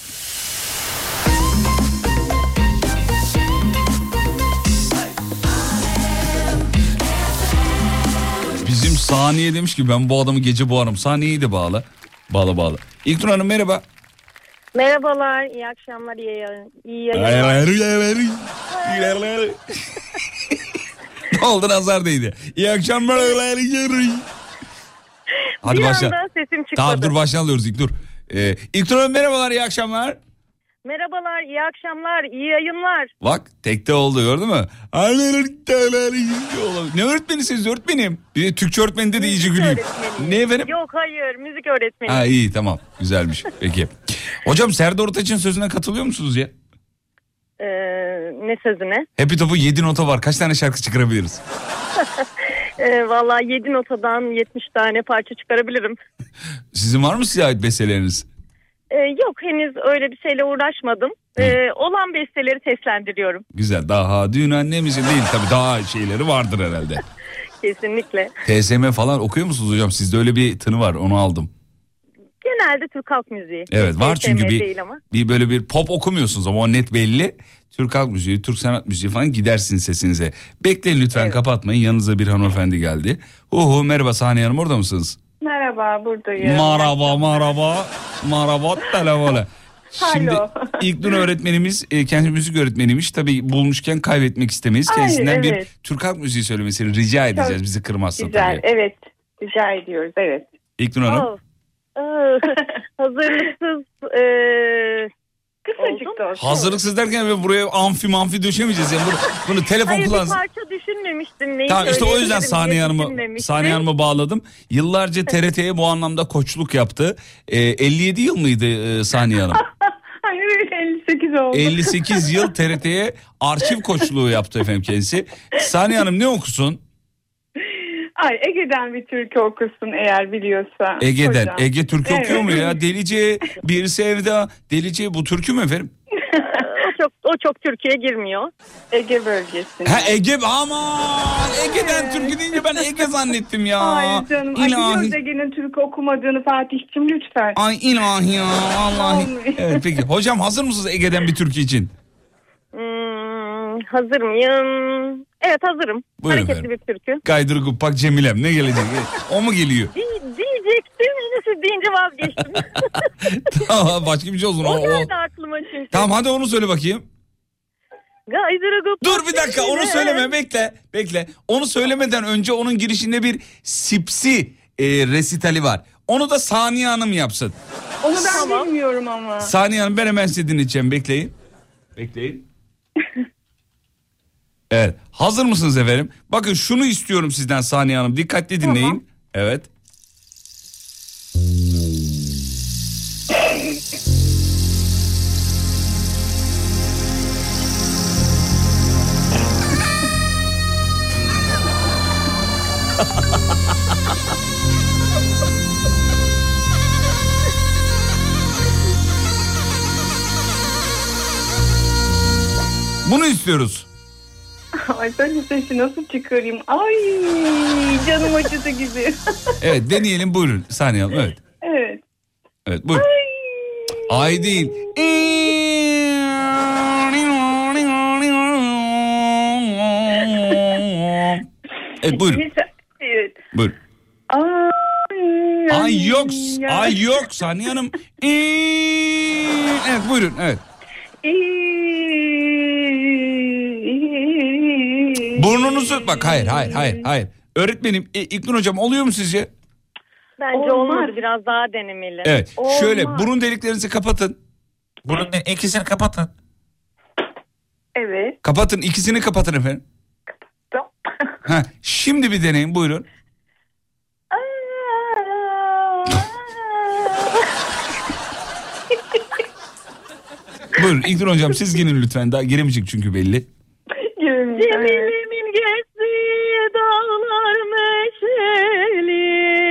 Bizim Saniye demiş ki ben bu adamı gece boğarım. Saniye'yi de bağla. Bağla. İlknur Hanım merhaba. Merhabalar, iyi akşamlar, iyi yayınlar. Ne oldu, nazar değdi. İyi akşamlar. Hadi bir başla. anda sesim çıkmadı. Tamam dur, baştan alıyoruz İlknur. İlknur Hanım merhabalar, iyi akşamlar. Merhabalar, iyi akşamlar, iyi yayınlar. Bak tekte oldu, gördün mü? Ne öğretmenisiniz öğretmenim? Bir de Türkçe öğretmeninde de iyice güleyim. Ne efendim? Yok hayır, müzik öğretmeni. Ha iyi, tamam, güzelmiş. Peki. Hocam Serdar Ortaç'ın sözüne katılıyor musunuz ya? Ne sözüne? Happy Top'u 7 nota var. Kaç tane şarkı çıkarabiliriz? Vallahi 7 notadan 70 tane parça çıkarabilirim. Sizin var mı size ait besteleriniz? Yok, henüz öyle bir şeyle uğraşmadım. Olan besteleri seslendiriyorum. Güzel. Daha dün annemizin değil tabii, daha şeyleri vardır herhalde. Kesinlikle. TSM falan okuyor musunuz hocam? Sizde öyle bir tını var, onu aldım. Genelde Türk halk müziği. Evet, var çünkü bir böyle bir pop okumuyorsunuz ama o net belli. Türk halk müziği, Türk sanat müziği falan gidersin sesinize. Bekleyin lütfen, kapatmayın. Yanınıza bir hanımefendi geldi. Merhaba Saniye Hanım, orada mısınız? Merhaba, buradayım. Merhaba telefonu. Şimdi İlknur öğretmenimiz kendisi müzik öğretmeniymiş. Tabii bulmuşken kaybetmek istemeyiz. Kendisinden bir Türk halk müziği söylemesini rica edeceğiz. Bizi kırmazsa güzel, tabii. Evet, rica ediyoruz, evet. İlknur Hanım. Hazırlıksız kısacık da olsun. Hazırlıksız derken buraya amfi döşemeyeceğiz. Yani bunu telefon kullansın. Hayır, bir parça düşünmemiştim. Neyi tamam, işte o yüzden Saniye Hanım'ı bağladım. Yıllarca TRT'ye bu anlamda koçluk yaptı. 57 yıl mıydı Saniye Hanım? Hayır, 58 oldu. 58 yıl TRT'ye arşiv koçluğu yaptı efendim kendisi. Saniye Hanım ne okusun? Ege'den bir türkü okusun eğer biliyorsa. Ege'den. Hocam. Ege türkü okuyor mu ya? Delice bir sevda. Delice, bu türkü mü efendim? O çok Türkiye'ye girmiyor. Ege bölgesi. Ege, aman Ege'den türkü deyince ben Ege zannettim ya. Hayır canım. Biliyoruz Ege'nin türkü okumadığını Fatih'cim, lütfen. Ay ilahi ya vallahi. Evet, peki hocam hazır mısınız Ege'den bir türkü için? Hazır mıyım? Evet, hazırım. Buyurun hareketli bir türkü. Gaydır Guppak Cemilem, ne gelecek? O mu geliyor? Diyecektim, siz deyince vazgeçtim. Tamam, başka bir şey olsun. O geldi aklıma çünkü. Tamam, hadi onu söyle bakayım. Gaydır Guppak. Dur bir dakika, onu söyleme, bekle. Onu söylemeden önce onun girişinde bir sipsi resitali var. Onu da Saniye Hanım yapsın. Onu ben bilmiyorum ama. Saniye Hanım, ben hemen size dinleyeceğim, bekleyin. Evet, hazır mısınız efendim? Bakın şunu istiyorum sizden Saniye Hanım, dikkatli dinleyin. Tamam. Evet. Bunu istiyoruz. Ay, ben bu sesi nasıl çıkarayım? Ay, canım acıdı gibi. Evet, deneyelim, buyurun Saniye Hanım. Evet. Evet, buyurun. Ay değil. Evet, buyurun. Evet. Buyurun. Ay yok Saniye Hanım. Evet, buyurun, evet. Burnunuzu bak, hayır. Öğretmenim, İlknur hocam, oluyor mu sizce? Bence olmadı, biraz daha denemeli. Evet, şöyle burun deliklerinizi kapatın. İkisini kapatın. Evet. Kapatın, ikisini kapatın efendim. Kapattım. Şimdi bir deneyin, buyurun. Buyurun İlknur hocam, siz gelin lütfen, daha giremeyecek çünkü belli. Cemilimin gezdiği dağlar meşeli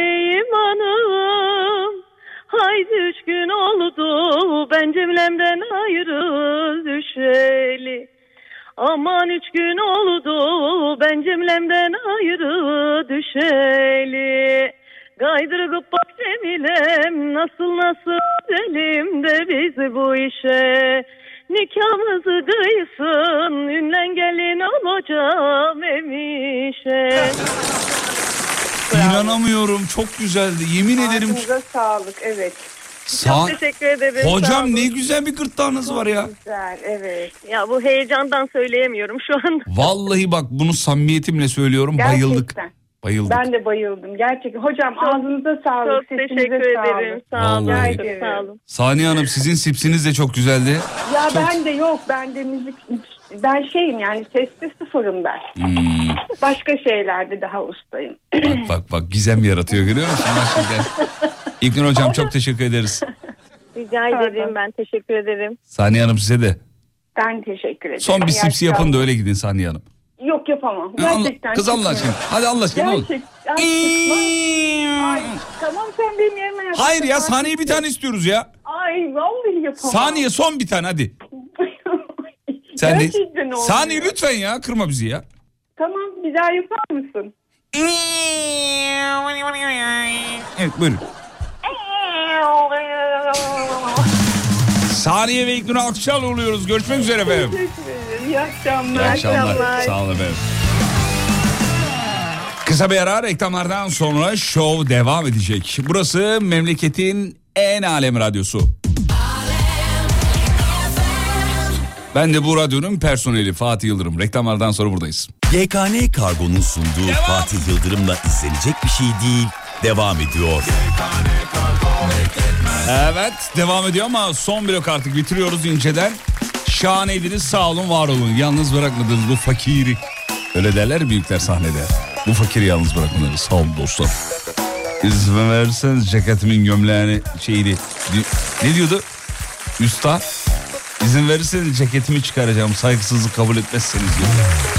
imanım. Haydi 3 gün oldu ben Cemilem'den ayrı düşeli. Aman 3 gün oldu ben Cemilem'den ayrı düşeli. Gaydır Guppak Cemilem, nasıl elimde bizi bu işe. Nikahımızı kıysın, ünlen gelin olacağım emişe. İnanamıyorum, çok güzeldi, yemin ederim. Ağzınıza sağlık, evet. Çok teşekkür ederim. Hocam ne güzel bir gırtlağınız var ya. Güzel, evet. Ya bu heyecandan söyleyemiyorum şu anda. Vallahi bak, bunu samimiyetimle söylüyorum, Gerçekten. Bayıldık. Ben de bayıldım gerçekten. Hocam ağzınıza sağlık. Çok teşekkür ederim. Sağ olun. Saniye Hanım, sizin sipsiniz de çok güzeldi. Ya ben de müzik, ben şeyim yani, seste sıfırım ben. Başka şeylerde daha ustayım. Bak gizem yaratıyor, görüyor musun? İlknur hocam, çok teşekkür ederiz. Rica ederim, ben teşekkür ederim. Saniye Hanım, size de. Ben teşekkür ederim. Son bir sipsi yapın da öyle gidin Saniye Hanım. Yok, yapamam. Gerçekten. Kız Allah aşkına. Hadi Allah aşkına. Gerçekten. Tamam, sen benim yerime yap. Hayır ya, Saniye bir tane istiyoruz ya. Ay vallahi yapamam. Saniye, son bir tane hadi. Sen de. Saniye lütfen ya, kırma bizi ya. Tamam, bir daha yapar mısın? Evet, buyurun. Saniye ve İlknur Akçal oluyoruz. Görüşmek üzere efendim. İyi akşamlar. İyi akşamlar. Sağ olun efendim. Kısa bir ara, reklamlardan sonra şov devam edecek. Burası memleketin en alem radyosu. Ben de bu radyonun personeli Fatih Yıldırım. Reklamlardan sonra buradayız. YKN Kargo'nun sunduğu Fatih Yıldırım'la izlenecek bir şey değil. Devam ediyor. Evet, devam ediyor ama son blok artık bitiriyoruz inceden. Şahaneydiniz, sağ olun, var olun. Yalnız bırakmadınız bu fakiri. Öyle derler büyükler sahnede. Bu fakiri yalnız bırakmadınız. Sağ olun dostlar. İzin verirseniz ceketimin gömleğini şeydi. Ne diyordu? Usta. İzin verirseniz ceketimi çıkaracağım. Saygısızlık kabul etmezseniz diyor.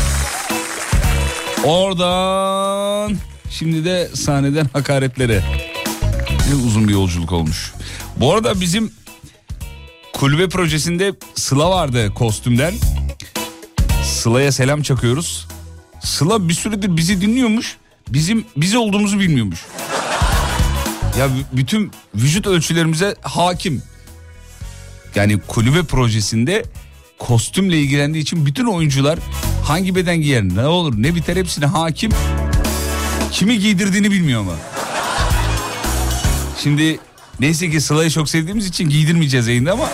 Oradan şimdi de sahneden hakaretlere. Uzun bir yolculuk olmuş. Bu arada bizim kulübe projesinde Sıla vardı kostümden. Sıla'ya selam çakıyoruz. Sıla bir süredir bizi dinliyormuş. Biz olduğumuzu bilmiyormuş. Ya bütün vücut ölçülerimize hakim. Yani kulübe projesinde kostümle ilgilendiği için bütün oyuncular hangi beden giyer, ne olur ne biter hepsine hakim. Kimi giydirdiğini bilmiyor ama. Şimdi neyse ki Sıla'yı çok sevdiğimiz için giydirmeyeceğiz yayında ama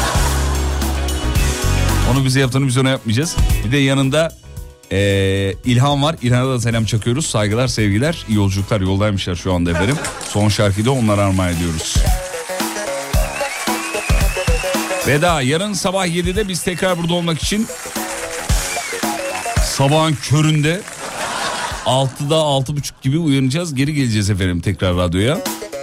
onu bize yaptığını biz ona yapmayacağız. Bir de yanında İlhan var. İlhan'a da selam çakıyoruz. Saygılar, sevgiler, iyi yolculuklar. Yoldaymışlar şu anda efendim. Son şarkıyı da onlara armağan ediyoruz. Veda. Yarın sabah 7'de biz tekrar burada olmak için sabahın köründe 6'da 6.30 gibi uyanacağız. Geri geleceğiz efendim tekrar radyoya.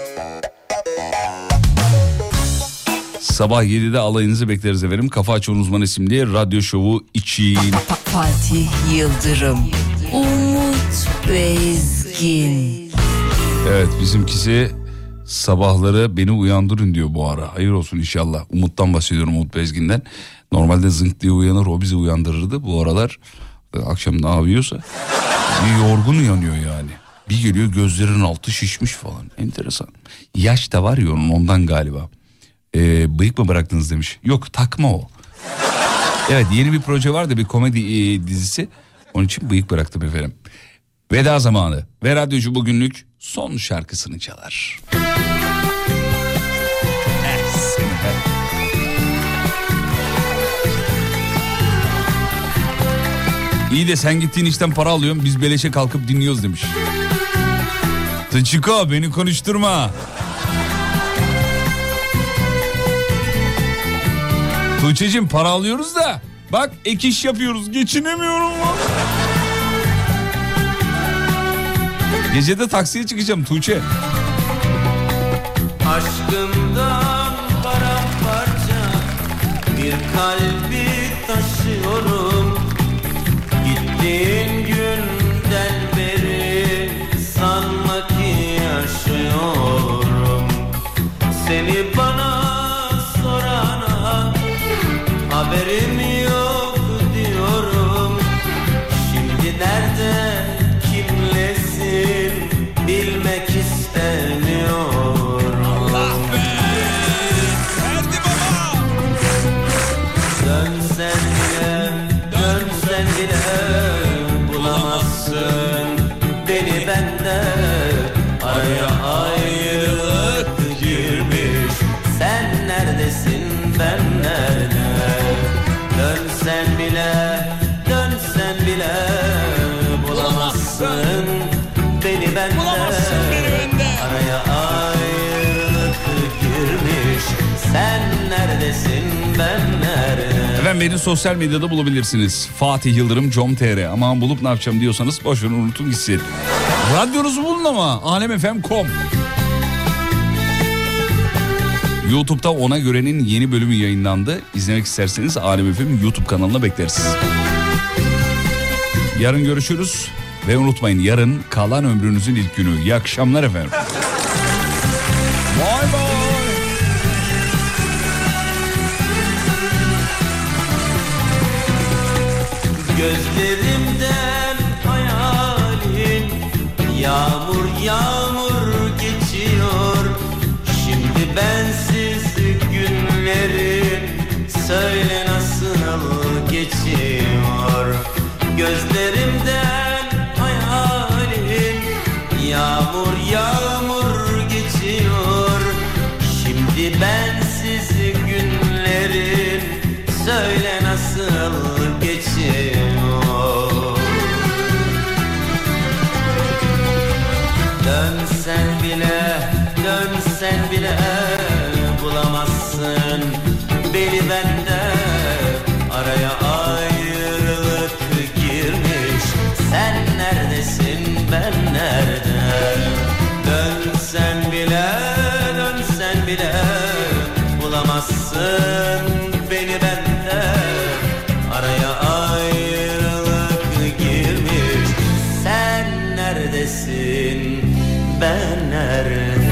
Sabah 7'de alayınızı bekleriz efendim. Kafa Açan Uzman isimli radyo şovu için. Fatih Yıldırım, Umut Bezgin. Evet, bizimkisi sabahları beni uyandırın diyor bu ara. Hayır olsun inşallah. Umut'tan bahsediyorum, Umut Bezgin'den. Normalde zınk diye uyanır, o bizi uyandırırdı. Bu aralar akşam ne yapıyorsa bir yorgun uyanıyor yani. Bir geliyor gözlerinin altı şişmiş falan. Enteresan. Yaş da var ya onun, ondan galiba. Bıyık mı bıraktınız demiş. Yok, takma o. Evet, yeni bir proje var da bir komedi dizisi. Onun için bıyık bıraktım efendim. Veda zamanı ve radyocu bugünlük son şarkısını çalar. İyi de sen gittiğin işten para alıyorsun, biz beleşe kalkıp dinliyoruz demiş. Tıçiko, beni konuşturma. Tuğçe'cim, para alıyoruz da bak ek iş yapıyoruz, geçinemiyorum mu? Gecede taksiye çıkacağım Tuğçe. Aşkımdan paramparça bir kalbi taşıyorum. Gittiğin günden beri sanma ki yaşıyorum. Seni bana sorana haberim yok diyorum. Şimdi nerede, kimlesin bilmek istemiyorum. Allah be! Verdi baba! Dönsen bile bulamazsın beni benden. Araya ayrılık girmiş. Sen neredesin, ben nerede? Dönsen bile bulamazsın beni benden. Araya ayrılık girmiş. Sen neredesin, ben nerede? Efendim, beni sosyal medyada bulabilirsiniz. Fatih Yıldırım com.tr. Aman bulup ne yapacağım diyorsanız boşver, unutun gitsin. Radyonuzu bulun ama alemfm.com. YouTube'da Ona Göre'nin yeni bölümü yayınlandı. İzlemek isterseniz Alem FM YouTube kanalına bekleriz. Yarın görüşürüz. Ve unutmayın, yarın kalan ömrünüzün ilk günü. İyi akşamlar efendim. Bye bye. Gözlerimden hayalin yağmur yağmur geçiyor. Şimdi bensiz günlerim geçiyor. Dönsen bile bulamazsın beni benden. Araya ayrılık girmiş. Sen neredesin, ben nerede? Dönsen bile bulamazsın beni benden. Araya ayrılık girmiş. Sen neredesin, ben nerede?